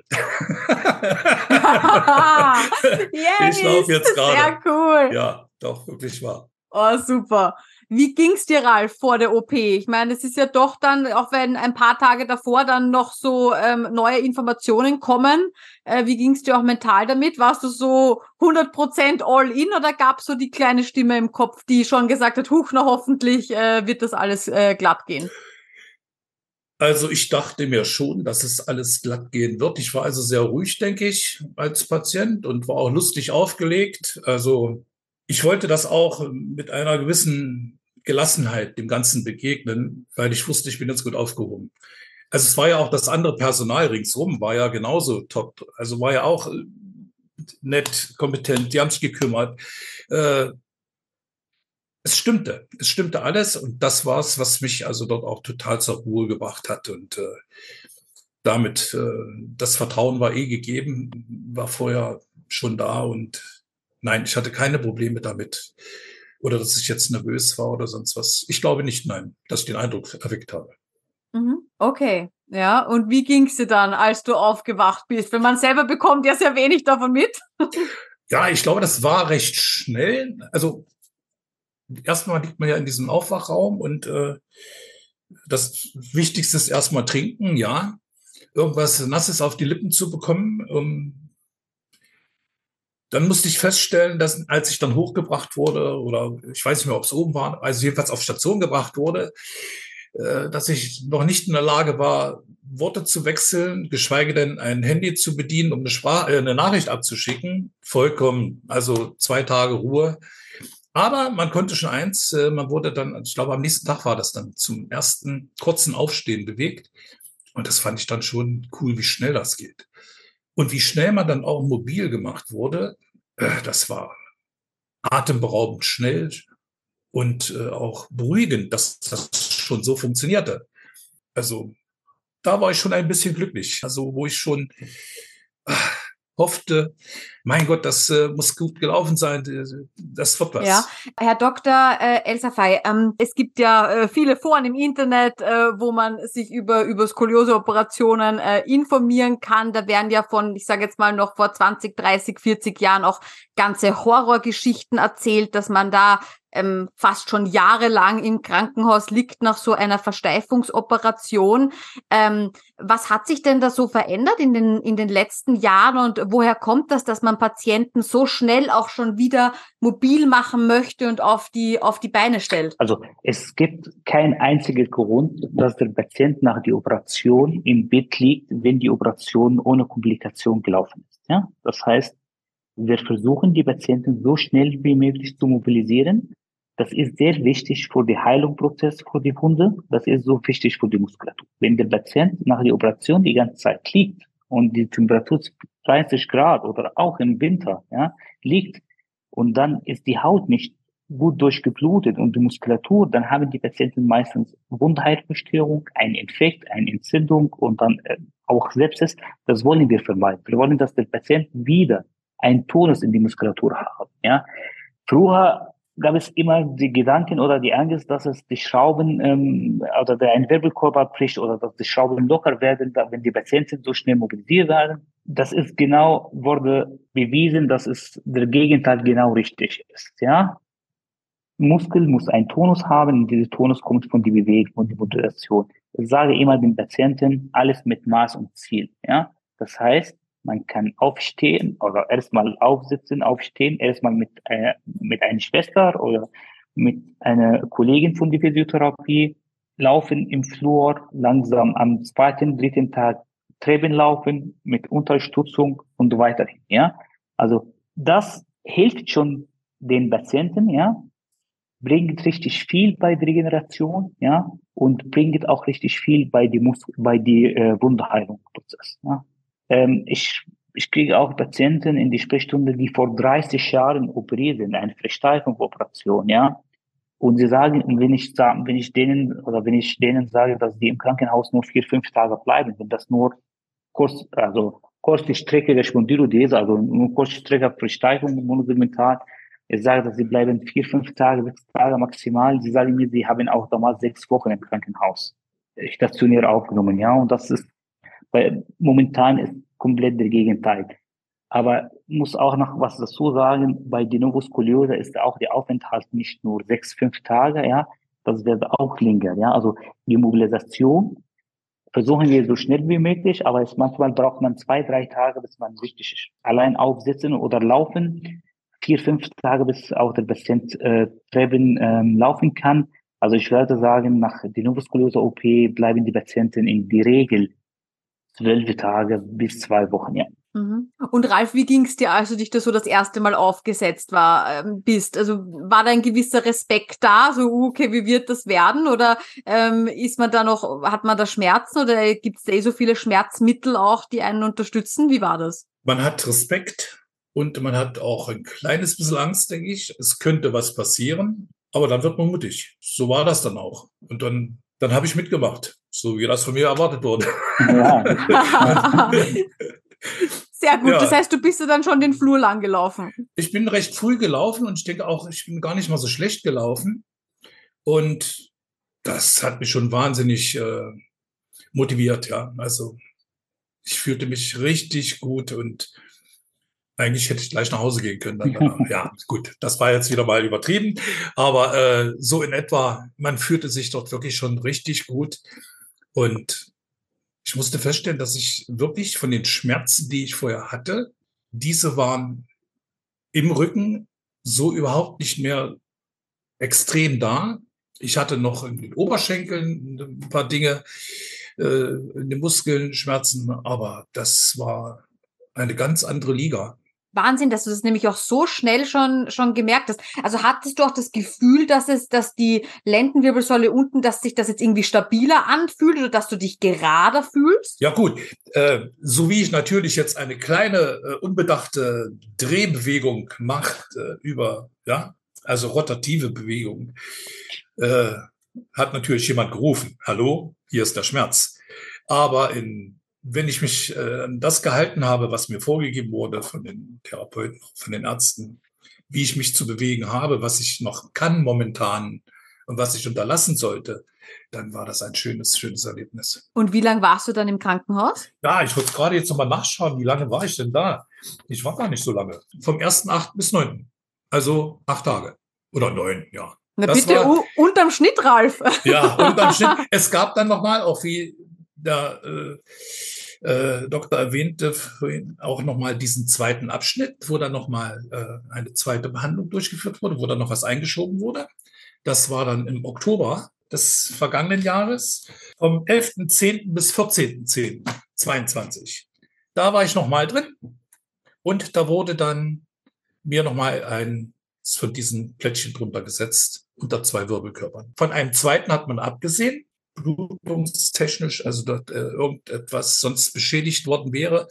yes, ich laufe jetzt gerade. Sehr cool. Ja, doch, wirklich wahr. Oh, super. Wie ging's dir, Ralf, vor der O P? Ich meine, es ist ja doch dann, auch wenn ein paar Tage davor dann noch so ähm, neue Informationen kommen, äh, wie ging's dir auch mental damit? Warst du so hundert Prozent all in oder gab's so die kleine Stimme im Kopf, die schon gesagt hat, huch, na hoffentlich äh, wird das alles äh, glatt gehen? Also ich dachte mir schon, dass es alles glatt gehen wird. Ich war also sehr ruhig, denke ich, als Patient und war auch lustig aufgelegt. Also ich wollte das auch mit einer gewissen Gelassenheit dem Ganzen begegnen, weil ich wusste, ich bin jetzt gut aufgehoben. Also es war ja auch das andere Personal ringsrum, war ja genauso top. Also war ja auch nett, kompetent, die haben sich gekümmert. Äh, Es stimmte, es stimmte alles und das war es, was mich also dort auch total zur Ruhe gebracht hat und äh, damit, äh, das Vertrauen war eh gegeben, war vorher schon da und nein, ich hatte keine Probleme damit oder dass ich jetzt nervös war oder sonst was. Ich glaube nicht, nein, dass ich den Eindruck erweckt habe. Okay, ja, und wie ging's dir dann, als du aufgewacht bist? Wenn man selber bekommt ja sehr wenig davon mit. Ja, ich glaube, das war recht schnell, also erstmal liegt man ja in diesem Aufwachraum und äh, das Wichtigste ist erstmal trinken, ja. Irgendwas Nasses auf die Lippen zu bekommen. Um, dann musste ich feststellen, dass als ich dann hochgebracht wurde, oder ich weiß nicht mehr, ob es oben war, also jedenfalls auf Station gebracht wurde, äh, dass ich noch nicht in der Lage war, Worte zu wechseln, geschweige denn ein Handy zu bedienen, um eine, Sprache, äh, eine Nachricht abzuschicken. Vollkommen, also zwei Tage Ruhe. Aber man konnte schon eins, man wurde dann, ich glaube am nächsten Tag war das dann zum ersten kurzen Aufstehen bewegt. Und das fand ich dann schon cool, wie schnell das geht. Und wie schnell man dann auch mobil gemacht wurde, äh, das war atemberaubend schnell und äh, auch beruhigend, dass das schon so funktionierte. Also da war ich schon ein bisschen glücklich. Also wo ich schon äh, hoffte, mein Gott, das äh, muss gut gelaufen sein, das wird was. Ja, Herr Doktor äh, El-Safai, ähm, es gibt ja äh, viele Foren im Internet, äh, wo man sich über über Skoliose-Operationen äh, informieren kann. Da werden ja von, ich sage jetzt mal noch vor zwanzig, dreißig, vierzig Jahren auch ganze Horrorgeschichten erzählt, dass man da ähm, fast schon jahrelang im Krankenhaus liegt nach so einer Versteifungsoperation. Ähm, was hat sich denn da so verändert in den in den letzten Jahren und woher kommt das, dass man Patienten so schnell auch schon wieder mobil machen möchte und auf die auf die Beine stellt? Also es gibt keinen einzigen Grund, dass der Patient nach der Operation im Bett liegt, wenn die Operation ohne Komplikation gelaufen ist. Ja? Das heißt, wir versuchen, die Patienten so schnell wie möglich zu mobilisieren. Das ist sehr wichtig für den Heilungsprozess für die Wunde. Das ist so wichtig für die Muskulatur. Wenn der Patient nach der Operation die ganze Zeit liegt und die Temperatur dreißig Grad oder auch im Winter ja, liegt und dann ist die Haut nicht gut durchgeblutet und die Muskulatur, dann haben die Patienten meistens Wundheilungsstörung, einen Infekt, eine Entzündung und dann äh, auch Sepsis. Das wollen wir vermeiden. Wir wollen, dass der Patient wieder einen Tonus in die Muskulatur hat. Ja. Früher gab es immer die Gedanken oder die Angst, dass es die Schrauben ähm, oder der ein Wirbelkorb abbricht oder dass die Schrauben locker werden, wenn die Patienten so schnell mobilisiert werden. Das ist genau, wurde bewiesen, dass es der Gegenteil genau richtig ist. Ja. Muskel muss einen Tonus haben und dieser Tonus kommt von der Bewegung und der Modulation. Ich sage immer den Patienten, alles mit Maß und Ziel. Ja. Das heißt, man kann aufstehen oder erstmal aufsitzen, aufstehen, erstmal mit, äh, mit einer Schwester oder mit einer Kollegin von der Physiotherapie laufen im Flur, langsam am zweiten, dritten Tag Treppen laufen mit Unterstützung und weiterhin, ja. Also, das hilft schon den Patienten, ja, bringt richtig viel bei der Regeneration, ja, und bringt auch richtig viel bei die Mus bei die äh, Wundheilungsprozess, ja. Ähm, ich, ich kriege auch Patienten in die Sprechstunde, die vor dreißig Jahren operiert sind, eine Versteifungsoperation, ja. Und sie sagen, wenn ich, wenn ich denen, oder wenn ich denen sage, dass die im Krankenhaus nur vier, fünf Tage bleiben, wenn das nur kurz, also kurze Strecke der Spondylodese, also nur kurze Strecke Versteifung monosegmental, ich sage, dass sie bleiben vier, fünf Tage, sechs Tage maximal. Sie sagen mir, sie haben auch damals sechs Wochen im Krankenhaus stationär aufgenommen, ja. Und das ist, weil momentan ist komplett der Gegenteil. Aber muss auch noch was dazu sagen, bei de novo Skoliose ist auch der Aufenthalt nicht nur sechs, fünf Tage, ja. Das wird auch länger, ja. Also die Mobilisation versuchen wir so schnell wie möglich, aber es, manchmal braucht man zwei, drei Tage, bis man richtig allein aufsitzen oder laufen. Vier, fünf Tage, bis auch der Patient äh, Treppen ähm, laufen kann. Also ich würde sagen, nach de novo Skoliose O P bleiben die Patienten in der Regel zwölf Tage bis zwei Wochen, ja. Und Ralf, wie ging's dir, als du dich da so das erste Mal aufgesetzt war, ähm, bist? Also war da ein gewisser Respekt da, so okay, wie wird das werden? Oder ähm, ist man da noch, hat man da Schmerzen oder gibt's da eh so viele Schmerzmittel auch, die einen unterstützen? Wie war das? Man hat Respekt und man hat auch ein kleines bisschen Angst, denke ich. Es könnte was passieren, aber dann wird man mutig. So war das dann auch. Und dann, dann habe ich mitgemacht, so wie das von mir erwartet wurde. Ja. Sehr gut, ja. Das heißt, du bist ja dann schon den Flur lang gelaufen. Ich bin recht früh gelaufen und ich denke auch, ich bin gar nicht mal so schlecht gelaufen. Und das hat mich schon wahnsinnig äh, motiviert, ja. Also ich fühlte mich richtig gut und eigentlich hätte ich gleich nach Hause gehen können. Dann danach. Ja, gut, das war jetzt wieder mal übertrieben. Aber äh, so in etwa, man fühlte sich dort wirklich schon richtig gut. Und ich musste feststellen, dass ich wirklich von den Schmerzen, die ich vorher hatte, diese waren im Rücken so überhaupt nicht mehr extrem da. Ich hatte noch in den Oberschenkeln ein paar Dinge, äh, in den Muskeln Schmerzen, aber das war eine ganz andere Liga. Wahnsinn, dass du das nämlich auch so schnell schon schon gemerkt hast. Also hattest du auch das Gefühl, dass es, dass die Lendenwirbelsäule unten, dass sich das jetzt irgendwie stabiler anfühlt oder dass du dich gerader fühlst? Ja gut, äh, so wie ich natürlich jetzt eine kleine, äh, unbedachte Drehbewegung mache äh, über, ja, also rotative Bewegung, äh, hat natürlich jemand gerufen, hallo, hier ist der Schmerz. Aber in, wenn ich mich äh, an das gehalten habe, was mir vorgegeben wurde von den Therapeuten, von den Ärzten, wie ich mich zu bewegen habe, was ich noch kann momentan und was ich unterlassen sollte, dann war das ein schönes, schönes Erlebnis. Und wie lange warst du dann im Krankenhaus? Ja, ich wollte gerade jetzt nochmal nachschauen, wie lange war ich denn da? Ich war gar nicht so lange. Vom ersten achten bis neunten Also acht Tage. Oder neun, ja. Na Das bitte, war, u- unterm Schnitt, Ralf. ja, und dann Schnitt. Es gab dann nochmal, auch wie der äh, äh, Doktor erwähnte, vorhin auch nochmal diesen zweiten Abschnitt, wo dann nochmal äh, eine zweite Behandlung durchgeführt wurde, wo dann noch was eingeschoben wurde. Das war dann im Oktober des vergangenen Jahres, vom elften zehnten bis vierzehnten zehnten zweiundzwanzig Da war ich nochmal drin und da wurde dann mir nochmal ein von diesen Plättchen drunter gesetzt unter zwei Wirbelkörpern. Von einem zweiten hat man abgesehen, blutungstechnisch, also dort äh, irgendetwas sonst beschädigt worden wäre.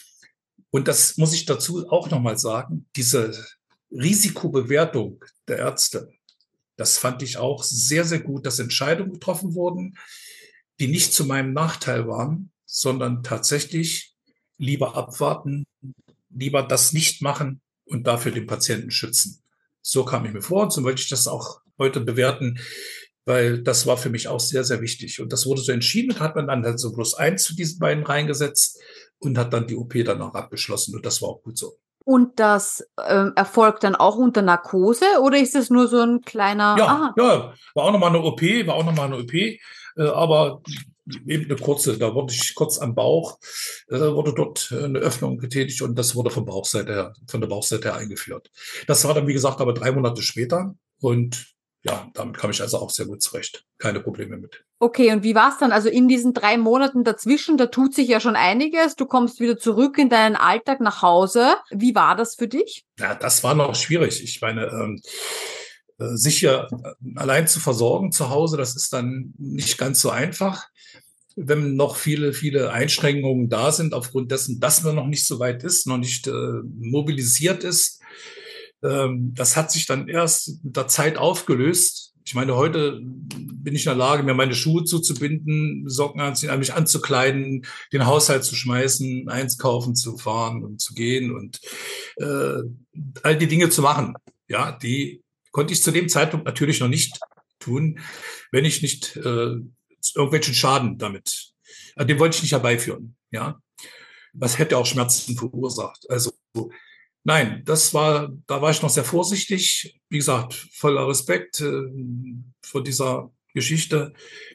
Und das muss ich dazu auch nochmal sagen, diese Risikobewertung der Ärzte, das fand ich auch sehr, sehr gut, dass Entscheidungen getroffen wurden, die nicht zu meinem Nachteil waren, sondern tatsächlich lieber abwarten, lieber das nicht machen und dafür den Patienten schützen. So kam ich mir vor und so wollte ich das auch heute bewerten, weil das war für mich auch sehr, sehr wichtig. Und das wurde so entschieden und hat man dann halt so bloß eins zu diesen beiden reingesetzt und hat dann die O P dann auch abgeschlossen und das war auch gut so. Und das ähm, erfolgt dann auch unter Narkose oder ist es nur so ein kleiner... Ja, Aha. ja, war auch nochmal eine O P, war auch nochmal eine O P, äh, aber eben eine kurze, da wurde ich kurz am Bauch, äh, wurde dort eine Öffnung getätigt und das wurde von Bauchseite her, von der Bauchseite her eingeführt. Das war dann, wie gesagt, aber drei Monate später und ja, damit kam ich also auch sehr gut zurecht. Keine Probleme mit. Okay, und wie war's dann? Also in diesen drei Monaten dazwischen, da tut sich ja schon einiges. Du kommst wieder zurück in deinen Alltag nach Hause. Wie war das für dich? Ja, das war noch schwierig. Ich meine, ähm, äh, sich hier allein zu versorgen zu Hause, das ist dann nicht ganz so einfach, wenn noch viele, viele Einschränkungen da sind, aufgrund dessen, dass man noch nicht so weit ist, noch nicht äh, mobilisiert ist. Ähm, das hat sich dann erst mit der Zeit aufgelöst. Ich meine, heute bin ich in der Lage, mir meine Schuhe zuzubinden, Socken anzuziehen, mich anzukleiden, den Haushalt zu schmeißen, einkaufen zu fahren und zu gehen und äh, all die Dinge zu machen. Ja, die konnte ich zu dem Zeitpunkt natürlich noch nicht tun, wenn ich nicht äh, irgendwelchen Schaden damit, äh, den wollte ich nicht herbeiführen. Ja, was hätte auch Schmerzen verursacht. Also nein, das war, da war ich noch sehr vorsichtig. Wie gesagt, voller Respekt äh, vor dieser Geschichte.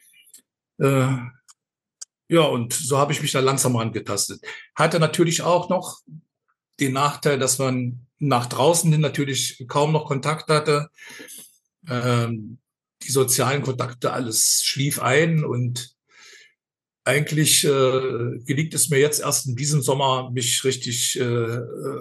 Äh, ja, und so habe ich mich da langsam angetastet. Hatte natürlich auch noch den Nachteil, dass man nach draußen hin natürlich kaum noch Kontakt hatte. Ähm, die sozialen Kontakte, alles schlief ein und eigentlich äh, gelingt es mir jetzt erst in diesem Sommer, mich richtig äh,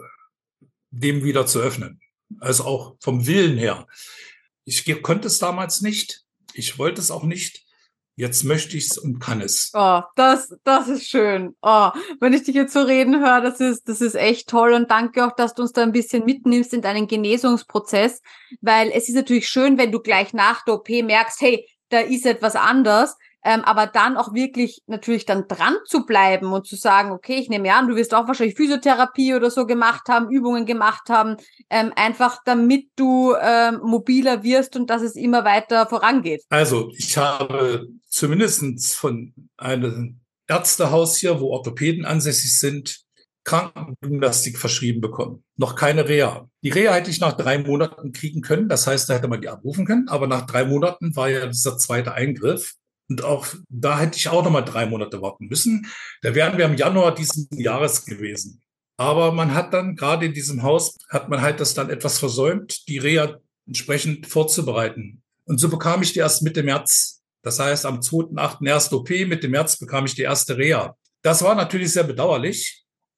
dem wieder zu öffnen. Also auch vom Willen her. Ich konnte es damals nicht. Ich wollte es auch nicht. Jetzt möchte ich es und kann es. Oh, das, das ist schön. Oh, wenn ich dich jetzt so reden höre, das ist, das ist echt toll und danke auch, dass du uns da ein bisschen mitnimmst in deinen Genesungsprozess, weil es ist natürlich schön, wenn du gleich nach der O P merkst, hey, da ist etwas anders, ähm, aber dann auch wirklich natürlich dann dran zu bleiben und zu sagen, okay, ich nehme an, du wirst auch wahrscheinlich Physiotherapie oder so gemacht haben, Übungen gemacht haben, ähm, einfach damit du ähm, mobiler wirst und dass es immer weiter vorangeht. Also ich habe zumindest von einem Ärztehaus hier, wo Orthopäden ansässig sind, Krankengymnastik verschrieben bekommen. Noch keine Reha. Die Reha hätte ich nach drei Monaten kriegen können. Das heißt, da hätte man die abrufen können. Aber nach drei Monaten war ja dieser zweite Eingriff. Und auch da hätte ich auch noch mal drei Monate warten müssen. Da wären wir im Januar diesen Jahres gewesen. Aber man hat dann, gerade in diesem Haus, hat man halt das dann etwas versäumt, die Reha entsprechend vorzubereiten. Und so bekam ich die erst Mitte März. Das heißt, am zweiten achten erste O P, Mitte März bekam ich die erste Reha. Das war natürlich sehr bedauerlich.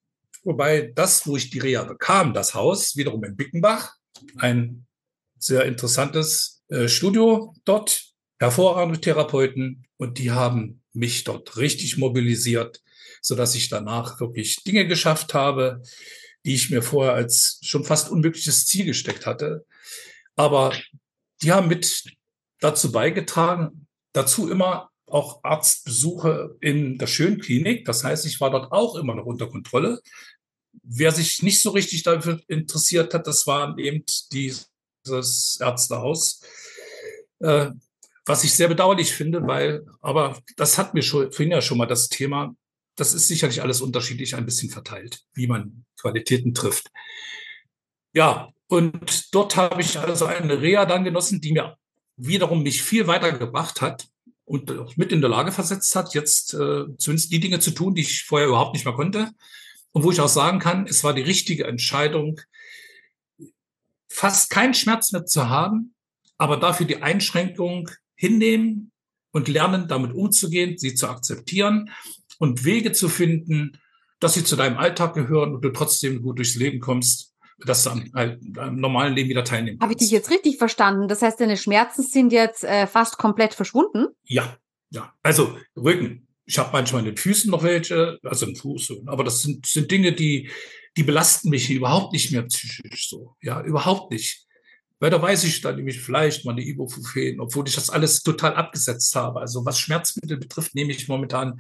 wobei das, wo ich die Reha bekam, das Haus, wiederum in Bickenbach, ein sehr interessantes äh, Studio dort, hervorragende Therapeuten, und die haben mich dort richtig mobilisiert, sodass ich danach wirklich Dinge geschafft habe, die ich mir vorher als schon fast unmögliches Ziel gesteckt hatte. Aber die haben mit dazu beigetragen, dazu immer auch Arztbesuche in der Schönklinik. Das heißt, ich war dort auch immer noch unter Kontrolle. Wer sich nicht so richtig dafür interessiert hat, das war eben dieses Ärztehaus, äh, was ich sehr bedauerlich finde, weil, aber das hat mir schon, vorhin ja schon mal das Thema, das ist sicherlich alles unterschiedlich ein bisschen verteilt, wie man Qualitäten trifft. Ja, und dort habe ich also eine Reha dann genossen, die mir wiederum mich viel weitergebracht hat und auch mit in der Lage versetzt hat, jetzt äh, zumindest die Dinge zu tun, die ich vorher überhaupt nicht mehr konnte. Und wo ich auch sagen kann, es war die richtige Entscheidung, fast keinen Schmerz mehr zu haben, aber dafür die Einschränkung hinnehmen und lernen, damit umzugehen, sie zu akzeptieren und Wege zu finden, dass sie zu deinem Alltag gehören und du trotzdem gut durchs Leben kommst, dass du am, am normalen Leben wieder teilnehmen kannst. Habe ich dich jetzt richtig verstanden? Das heißt, deine Schmerzen sind jetzt äh, fast komplett verschwunden? Ja, ja. Also Rücken. Ich habe manchmal in den Füßen noch welche, also im Fuß. Aber das sind, sind Dinge, die, die belasten mich überhaupt nicht mehr psychisch so. Ja, überhaupt nicht. Weil da weiß ich, da nehme ich vielleicht mal eine Ibuprofen, obwohl ich das alles total abgesetzt habe. Also was Schmerzmittel betrifft, nehme ich momentan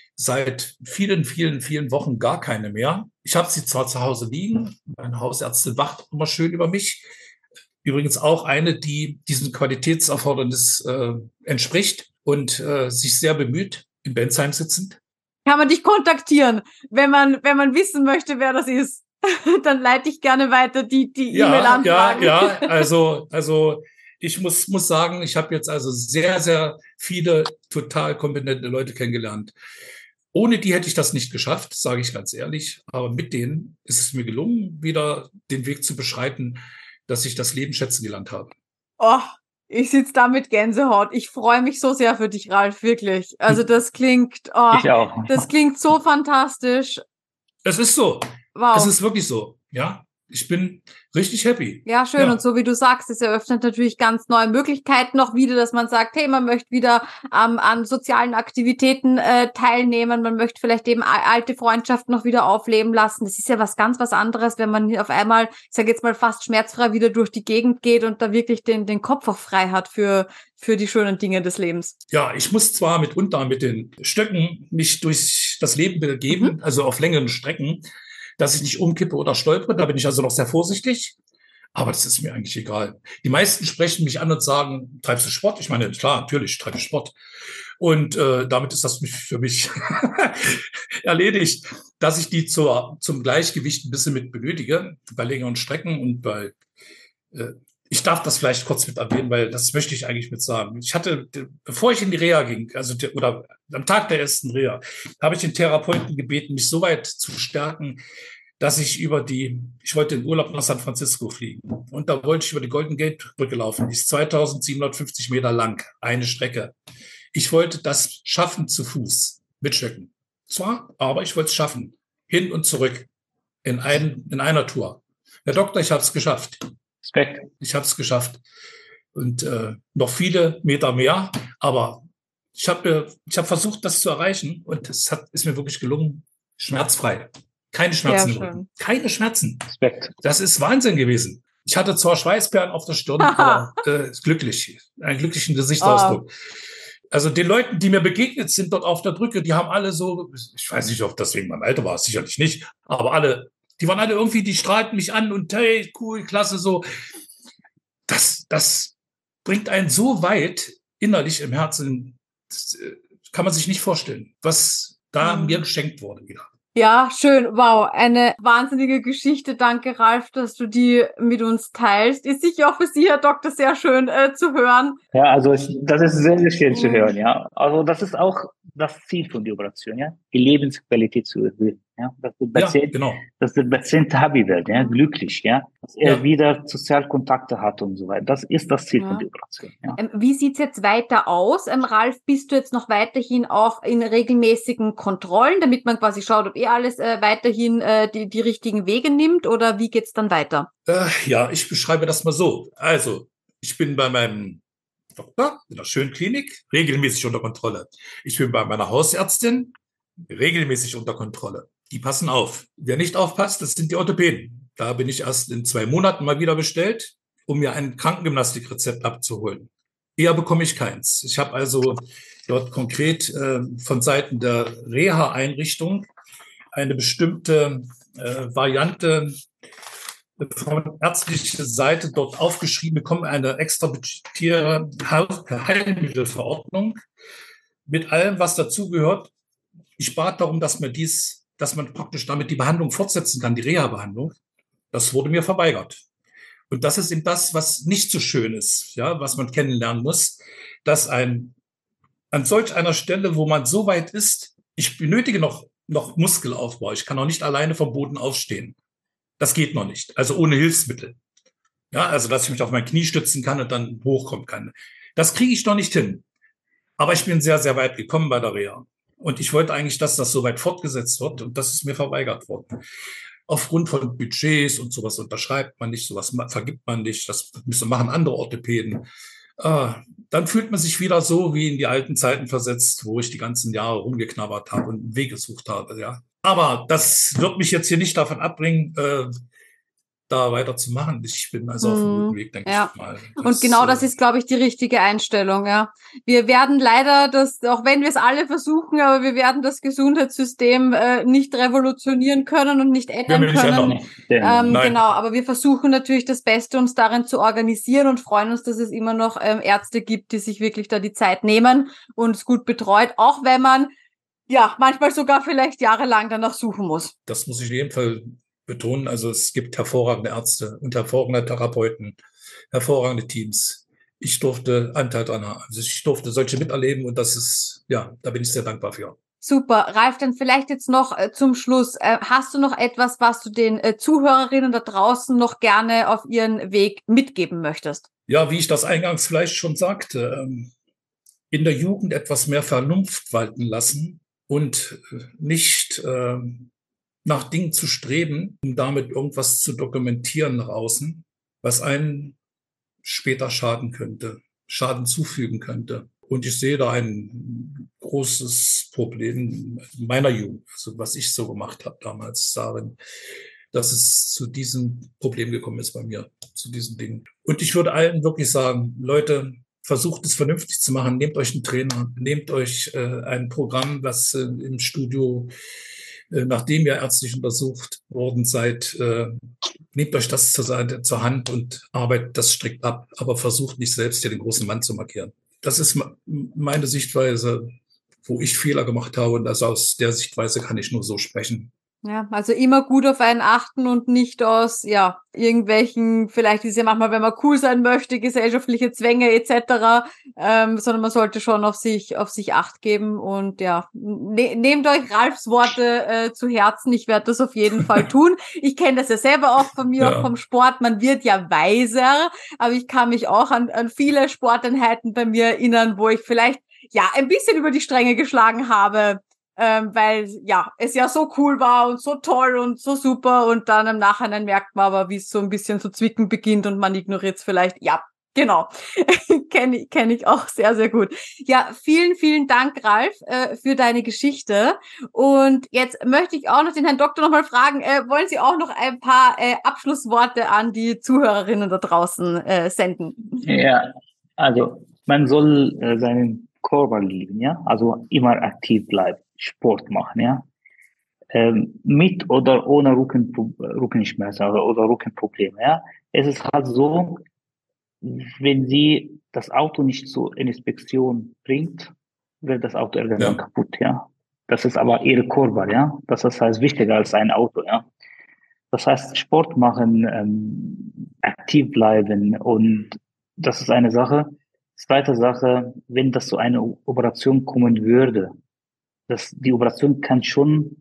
seit vielen, vielen, vielen Wochen gar keine mehr. Ich habe sie zwar zu Hause liegen, meine Hausärztin wacht immer schön über mich. Übrigens auch eine, die diesem Qualitätserfordernis äh, entspricht und äh, sich sehr bemüht, in Bensheim sitzend. Kann man dich kontaktieren, wenn man, wenn man wissen möchte, wer das ist? Dann leite ich gerne weiter die, die ja, E-Mail-Anfragen. Ja, ja, also, also ich muss, muss sagen, ich habe jetzt also sehr, sehr viele total kompetente Leute kennengelernt. Ohne die hätte ich das nicht geschafft, sage ich ganz ehrlich. Aber mit denen ist es mir gelungen, wieder den Weg zu beschreiten, dass ich das Leben schätzen gelernt habe. Oh, ich sitze da mit Gänsehaut. Ich freue mich so sehr für dich, Ralf, wirklich. Also das klingt, oh, ich auch. Das klingt so fantastisch. Es ist so. Wow. Es ist wirklich so, ja. Ich bin richtig happy. Ja, schön. Ja. Und so wie du sagst, es eröffnet natürlich ganz neue Möglichkeiten noch wieder, dass man sagt, hey, man möchte wieder ähm, an sozialen Aktivitäten äh, teilnehmen. Man möchte vielleicht eben alte Freundschaften noch wieder aufleben lassen. Das ist ja was ganz was anderes, wenn man auf einmal, ich sage jetzt mal, fast schmerzfrei wieder durch die Gegend geht und da wirklich den, den Kopf auch frei hat für, für die schönen Dinge des Lebens. Ja, ich muss zwar mitunter mit den Stöcken mich durch das Leben begeben, mhm. also auf längeren Strecken, dass ich nicht umkippe oder stolpere. Da bin ich also noch sehr vorsichtig. Aber das ist mir eigentlich egal. Die meisten sprechen mich an und sagen, treibst du Sport? Ich meine, klar, natürlich treibe ich Sport. Und äh, damit ist das für mich erledigt, dass ich die zur, zum Gleichgewicht ein bisschen mit benötige, bei längeren Strecken und bei... Äh, ich darf das vielleicht kurz mit erwähnen, weil das möchte ich eigentlich mit sagen. Ich hatte, bevor ich in die Reha ging, also oder am Tag der ersten Reha, habe ich den Therapeuten gebeten, mich so weit zu stärken, dass ich über die, ich wollte in Urlaub nach San Francisco fliegen. Und da wollte ich über die Golden Gate Brücke laufen. Die ist zweitausendsiebenhundertfünfzig Meter lang, eine Strecke. Ich wollte das schaffen zu Fuß, mit Stöcken. Zwar, aber ich wollte es schaffen. Hin und zurück. In, ein, in einer Tour. Herr Doktor, ich habe es geschafft. Respekt. Ich habe es geschafft. Und äh, noch viele Meter mehr. Aber ich habe ich hab versucht, das zu erreichen. Und es hat, ist mir wirklich gelungen. Schmerzfrei. Keine Schmerzen. Keine Schmerzen. Respekt. Das ist Wahnsinn gewesen. Ich hatte zwar Schweißperlen auf der Stirn, aber äh, glücklich. Einen glücklichen Gesichtsausdruck. Oh. Also den Leuten, die mir begegnet sind dort auf der Brücke, die haben alle so, ich weiß nicht, ob das wegen meinem Alter war, sicherlich nicht, aber alle, die waren alle irgendwie, die strahlten mich an und hey, cool, klasse, so. Das, das bringt einen so weit innerlich im Herzen, das kann man sich nicht vorstellen, was da mhm. mir geschenkt wurde wieder. Ja, schön. Wow, eine wahnsinnige Geschichte. Danke, Ralf, dass du die mit uns teilst. Ist sicher auch für Sie, Herr Doktor, sehr schön äh, zu hören. Ja, also es, das ist sehr, sehr schön mhm. zu hören, ja. Also das ist auch das Ziel von der Operation, ja, die Lebensqualität zu erhöhen. ja, dass der Patient, ja, genau. dass der Patient happy wird, ja, glücklich, ja, dass er Ja. wieder Sozialkontakte hat und so weiter. Das ist das Ziel Ja. von der Operation. Ja. Ähm, wie sieht's jetzt weiter aus? Ähm, Ralf, bist du jetzt noch weiterhin auch in regelmäßigen Kontrollen, damit man quasi schaut, ob eh alles äh, weiterhin äh, die, die richtigen Wege nimmt, oder wie geht's dann weiter? Äh, ja, ich beschreibe das mal so. Also, ich bin bei meinem Doktor in der schönen Klinik regelmäßig unter Kontrolle. Ich bin bei meiner Hausärztin regelmäßig unter Kontrolle. Die passen auf. Wer nicht aufpasst, das sind die Orthopäden. Da bin ich erst in zwei Monaten mal wieder bestellt, um mir ein Krankengymnastikrezept abzuholen. Eher bekomme ich keins. Ich habe also dort konkret äh, von Seiten der Reha-Einrichtung eine bestimmte äh, Variante von ärztlicher Seite dort aufgeschrieben, bekommen eine extra budgetäre Heilmittelverordnung mit allem, was dazugehört. Ich bat darum, dass man dies, dass man praktisch damit die Behandlung fortsetzen kann, die Reha-Behandlung. Das wurde mir verweigert. Und das ist eben das, was nicht so schön ist, ja, was man kennenlernen muss, dass ein, an solch einer Stelle, wo man so weit ist, ich benötige noch, noch Muskelaufbau. Ich kann auch nicht alleine vom Boden aufstehen. Das geht noch nicht. Also ohne Hilfsmittel. Ja, also dass ich mich auf mein Knie stützen kann und dann hochkommen kann. Das kriege ich noch nicht hin. Aber ich bin sehr, sehr weit gekommen bei der Reha. Und ich wollte eigentlich, dass das so weit fortgesetzt wird. Und das ist mir verweigert worden. Aufgrund von Budgets und sowas unterschreibt man nicht, sowas vergibt man nicht. Das müssen machen andere Orthopäden. Ah, dann fühlt man sich wieder so wie in die alten Zeiten versetzt, wo ich die ganzen Jahre rumgeknabbert habe und einen Weg gesucht habe. Ja. Aber das wird mich jetzt hier nicht davon abbringen, äh, da weiterzumachen. Ich bin also auf einem guten Weg, denke ja. ich mal. Das, und genau das äh, ist, glaube ich, die richtige Einstellung. Ja, wir werden leider das, auch wenn wir es alle versuchen, aber wir werden das Gesundheitssystem äh, nicht revolutionieren können und nicht ändern wir nicht können. ändern. Ähm, Nein. genau, aber wir versuchen natürlich das Beste, uns darin zu organisieren, und freuen uns, dass es immer noch ähm, Ärzte gibt, die sich wirklich da die Zeit nehmen und es gut betreut, auch wenn man ja manchmal sogar vielleicht jahrelang danach suchen muss. Das muss ich in jedem Fall betonen. Also es gibt hervorragende Ärzte und hervorragende Therapeuten, hervorragende Teams. Ich durfte Anteil dran haben. Also ich durfte solche miterleben, und das ist, ja, da bin ich sehr dankbar für. Super. Ralf, dann vielleicht jetzt noch äh, zum Schluss. Äh, hast du noch etwas, was du den äh, Zuhörerinnen da draußen noch gerne auf ihren Weg mitgeben möchtest? Ja, wie ich das eingangs vielleicht schon sagte, ähm, in der Jugend etwas mehr Vernunft walten lassen und nicht ähm, nach Dingen zu streben, um damit irgendwas zu dokumentieren nach außen, was einen später schaden könnte, Schaden zufügen könnte. Und ich sehe da ein großes Problem meiner Jugend, also was ich so gemacht habe damals darin, dass es zu diesem Problem gekommen ist bei mir, zu diesen Dingen. Und ich würde allen wirklich sagen, Leute, versucht es vernünftig zu machen, nehmt euch einen Trainer, nehmt euch äh, ein Programm, was äh, im Studio, äh, nachdem ihr ärztlich untersucht worden seid, äh, nehmt euch das zur Seite, zur Hand und arbeitet das strikt ab, aber versucht nicht selbst hier den großen Mann zu markieren. Das ist meine Sichtweise, wo ich Fehler gemacht habe, und also aus der Sichtweise kann ich nur so sprechen. Ja, also immer gut auf einen achten und nicht aus, ja, irgendwelchen, vielleicht ist ja manchmal, wenn man cool sein möchte, gesellschaftliche Zwänge et cetera, ähm, sondern man sollte schon auf sich, auf sich Acht geben, und ja, ne, nehmt euch Ralfs Worte äh, zu Herzen. Ich werde das auf jeden Fall tun. Ich kenne das ja selber auch von mir, Ja. auch vom Sport. Man wird ja weiser, aber ich kann mich auch an, an viele Sporteinheiten bei mir erinnern, wo ich vielleicht, ja, ein bisschen über die Stränge geschlagen habe, Ähm, weil ja es ja so cool war und so toll und so super, und dann im Nachhinein merkt man aber, wie es so ein bisschen zu zwicken beginnt und man ignoriert es vielleicht. Ja, genau. Kenne ich, kenn ich auch sehr, sehr gut. Ja, vielen, vielen Dank, Ralf, äh, für deine Geschichte. Und jetzt möchte ich auch noch den Herrn Doktor nochmal fragen, äh, wollen Sie auch noch ein paar äh, Abschlussworte an die Zuhörerinnen da draußen äh, senden? Ja, also man soll äh, seinen Körper lieben, ja, also immer aktiv bleiben, Sport machen, ja, ähm, mit oder ohne Rücken, Rückenschmerzen oder, oder Rückenprobleme, ja. Es ist halt so, wenn Sie das Auto nicht zur Inspektion bringt, wird das Auto irgendwann Ja. kaputt, ja. Das ist aber Ihr Körper, ja. Das ist halt wichtiger als ein Auto, ja. Das heißt, Sport machen, ähm, aktiv bleiben, und das ist eine Sache. Zweite Sache, wenn das zu einer Operation kommen würde, das, die Operation kann schon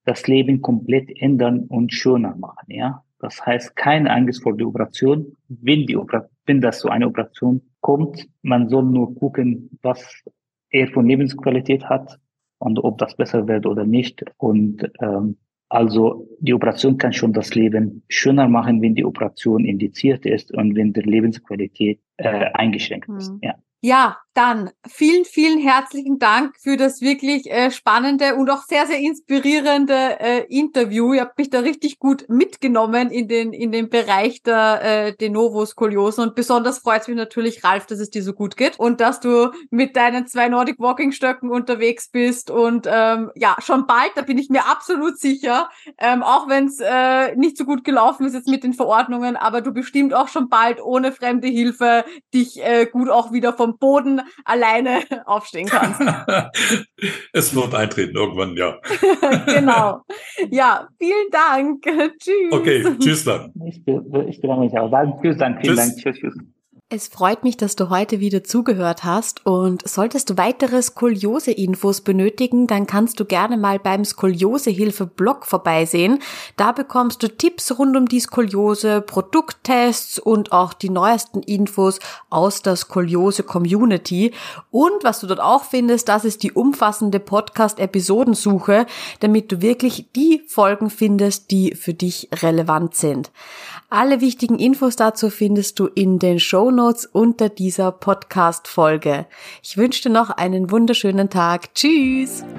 das Leben komplett ändern und schöner machen, ja. Das heißt, keine Angst vor der Operation. Wenn die Operation, wenn das so eine Operation kommt, man soll nur gucken, was er von Lebensqualität hat und ob das besser wird oder nicht. Und ähm, also die Operation kann schon das Leben schöner machen, wenn die Operation indiziert ist und wenn die Lebensqualität äh, eingeschränkt ist. Mhm. Ja. Ja, dann vielen, vielen herzlichen Dank für das wirklich äh, spannende und auch sehr, sehr inspirierende äh, Interview. Ihr habt mich da richtig gut mitgenommen in den in den Bereich der äh, De Novo Skoliose und besonders freut es mich natürlich, Ralf, dass es dir so gut geht und dass du mit deinen zwei Nordic Walking Stöcken unterwegs bist und ähm, ja, schon bald, da bin ich mir absolut sicher, ähm, auch wenn es äh, nicht so gut gelaufen ist jetzt mit den Verordnungen, aber du bestimmt auch schon bald ohne fremde Hilfe dich äh, gut auch wieder vom Boden alleine aufstehen kannst. Es wird eintreten irgendwann, ja. Genau. Ja, vielen Dank. Tschüss. Okay, tschüss dann. Ich, ich bedanke mich auch. Tschüss, dann, vielen Tschüss. Dank. Tschüss, tschüss. Es freut mich, dass du heute wieder zugehört hast und solltest du weitere Skoliose-Infos benötigen, dann kannst du gerne mal beim Skoliosehilfe-Blog vorbeisehen. Da bekommst du Tipps rund um die Skoliose, Produkttests und auch die neuesten Infos aus der Skoliose-Community. Und was du dort auch findest, das ist die umfassende Podcast-Episodensuche, damit du wirklich die Folgen findest, die für dich relevant sind. Alle wichtigen Infos dazu findest du in den Shownotes unter dieser Podcast-Folge. Ich wünsche dir noch einen wunderschönen Tag. Tschüss!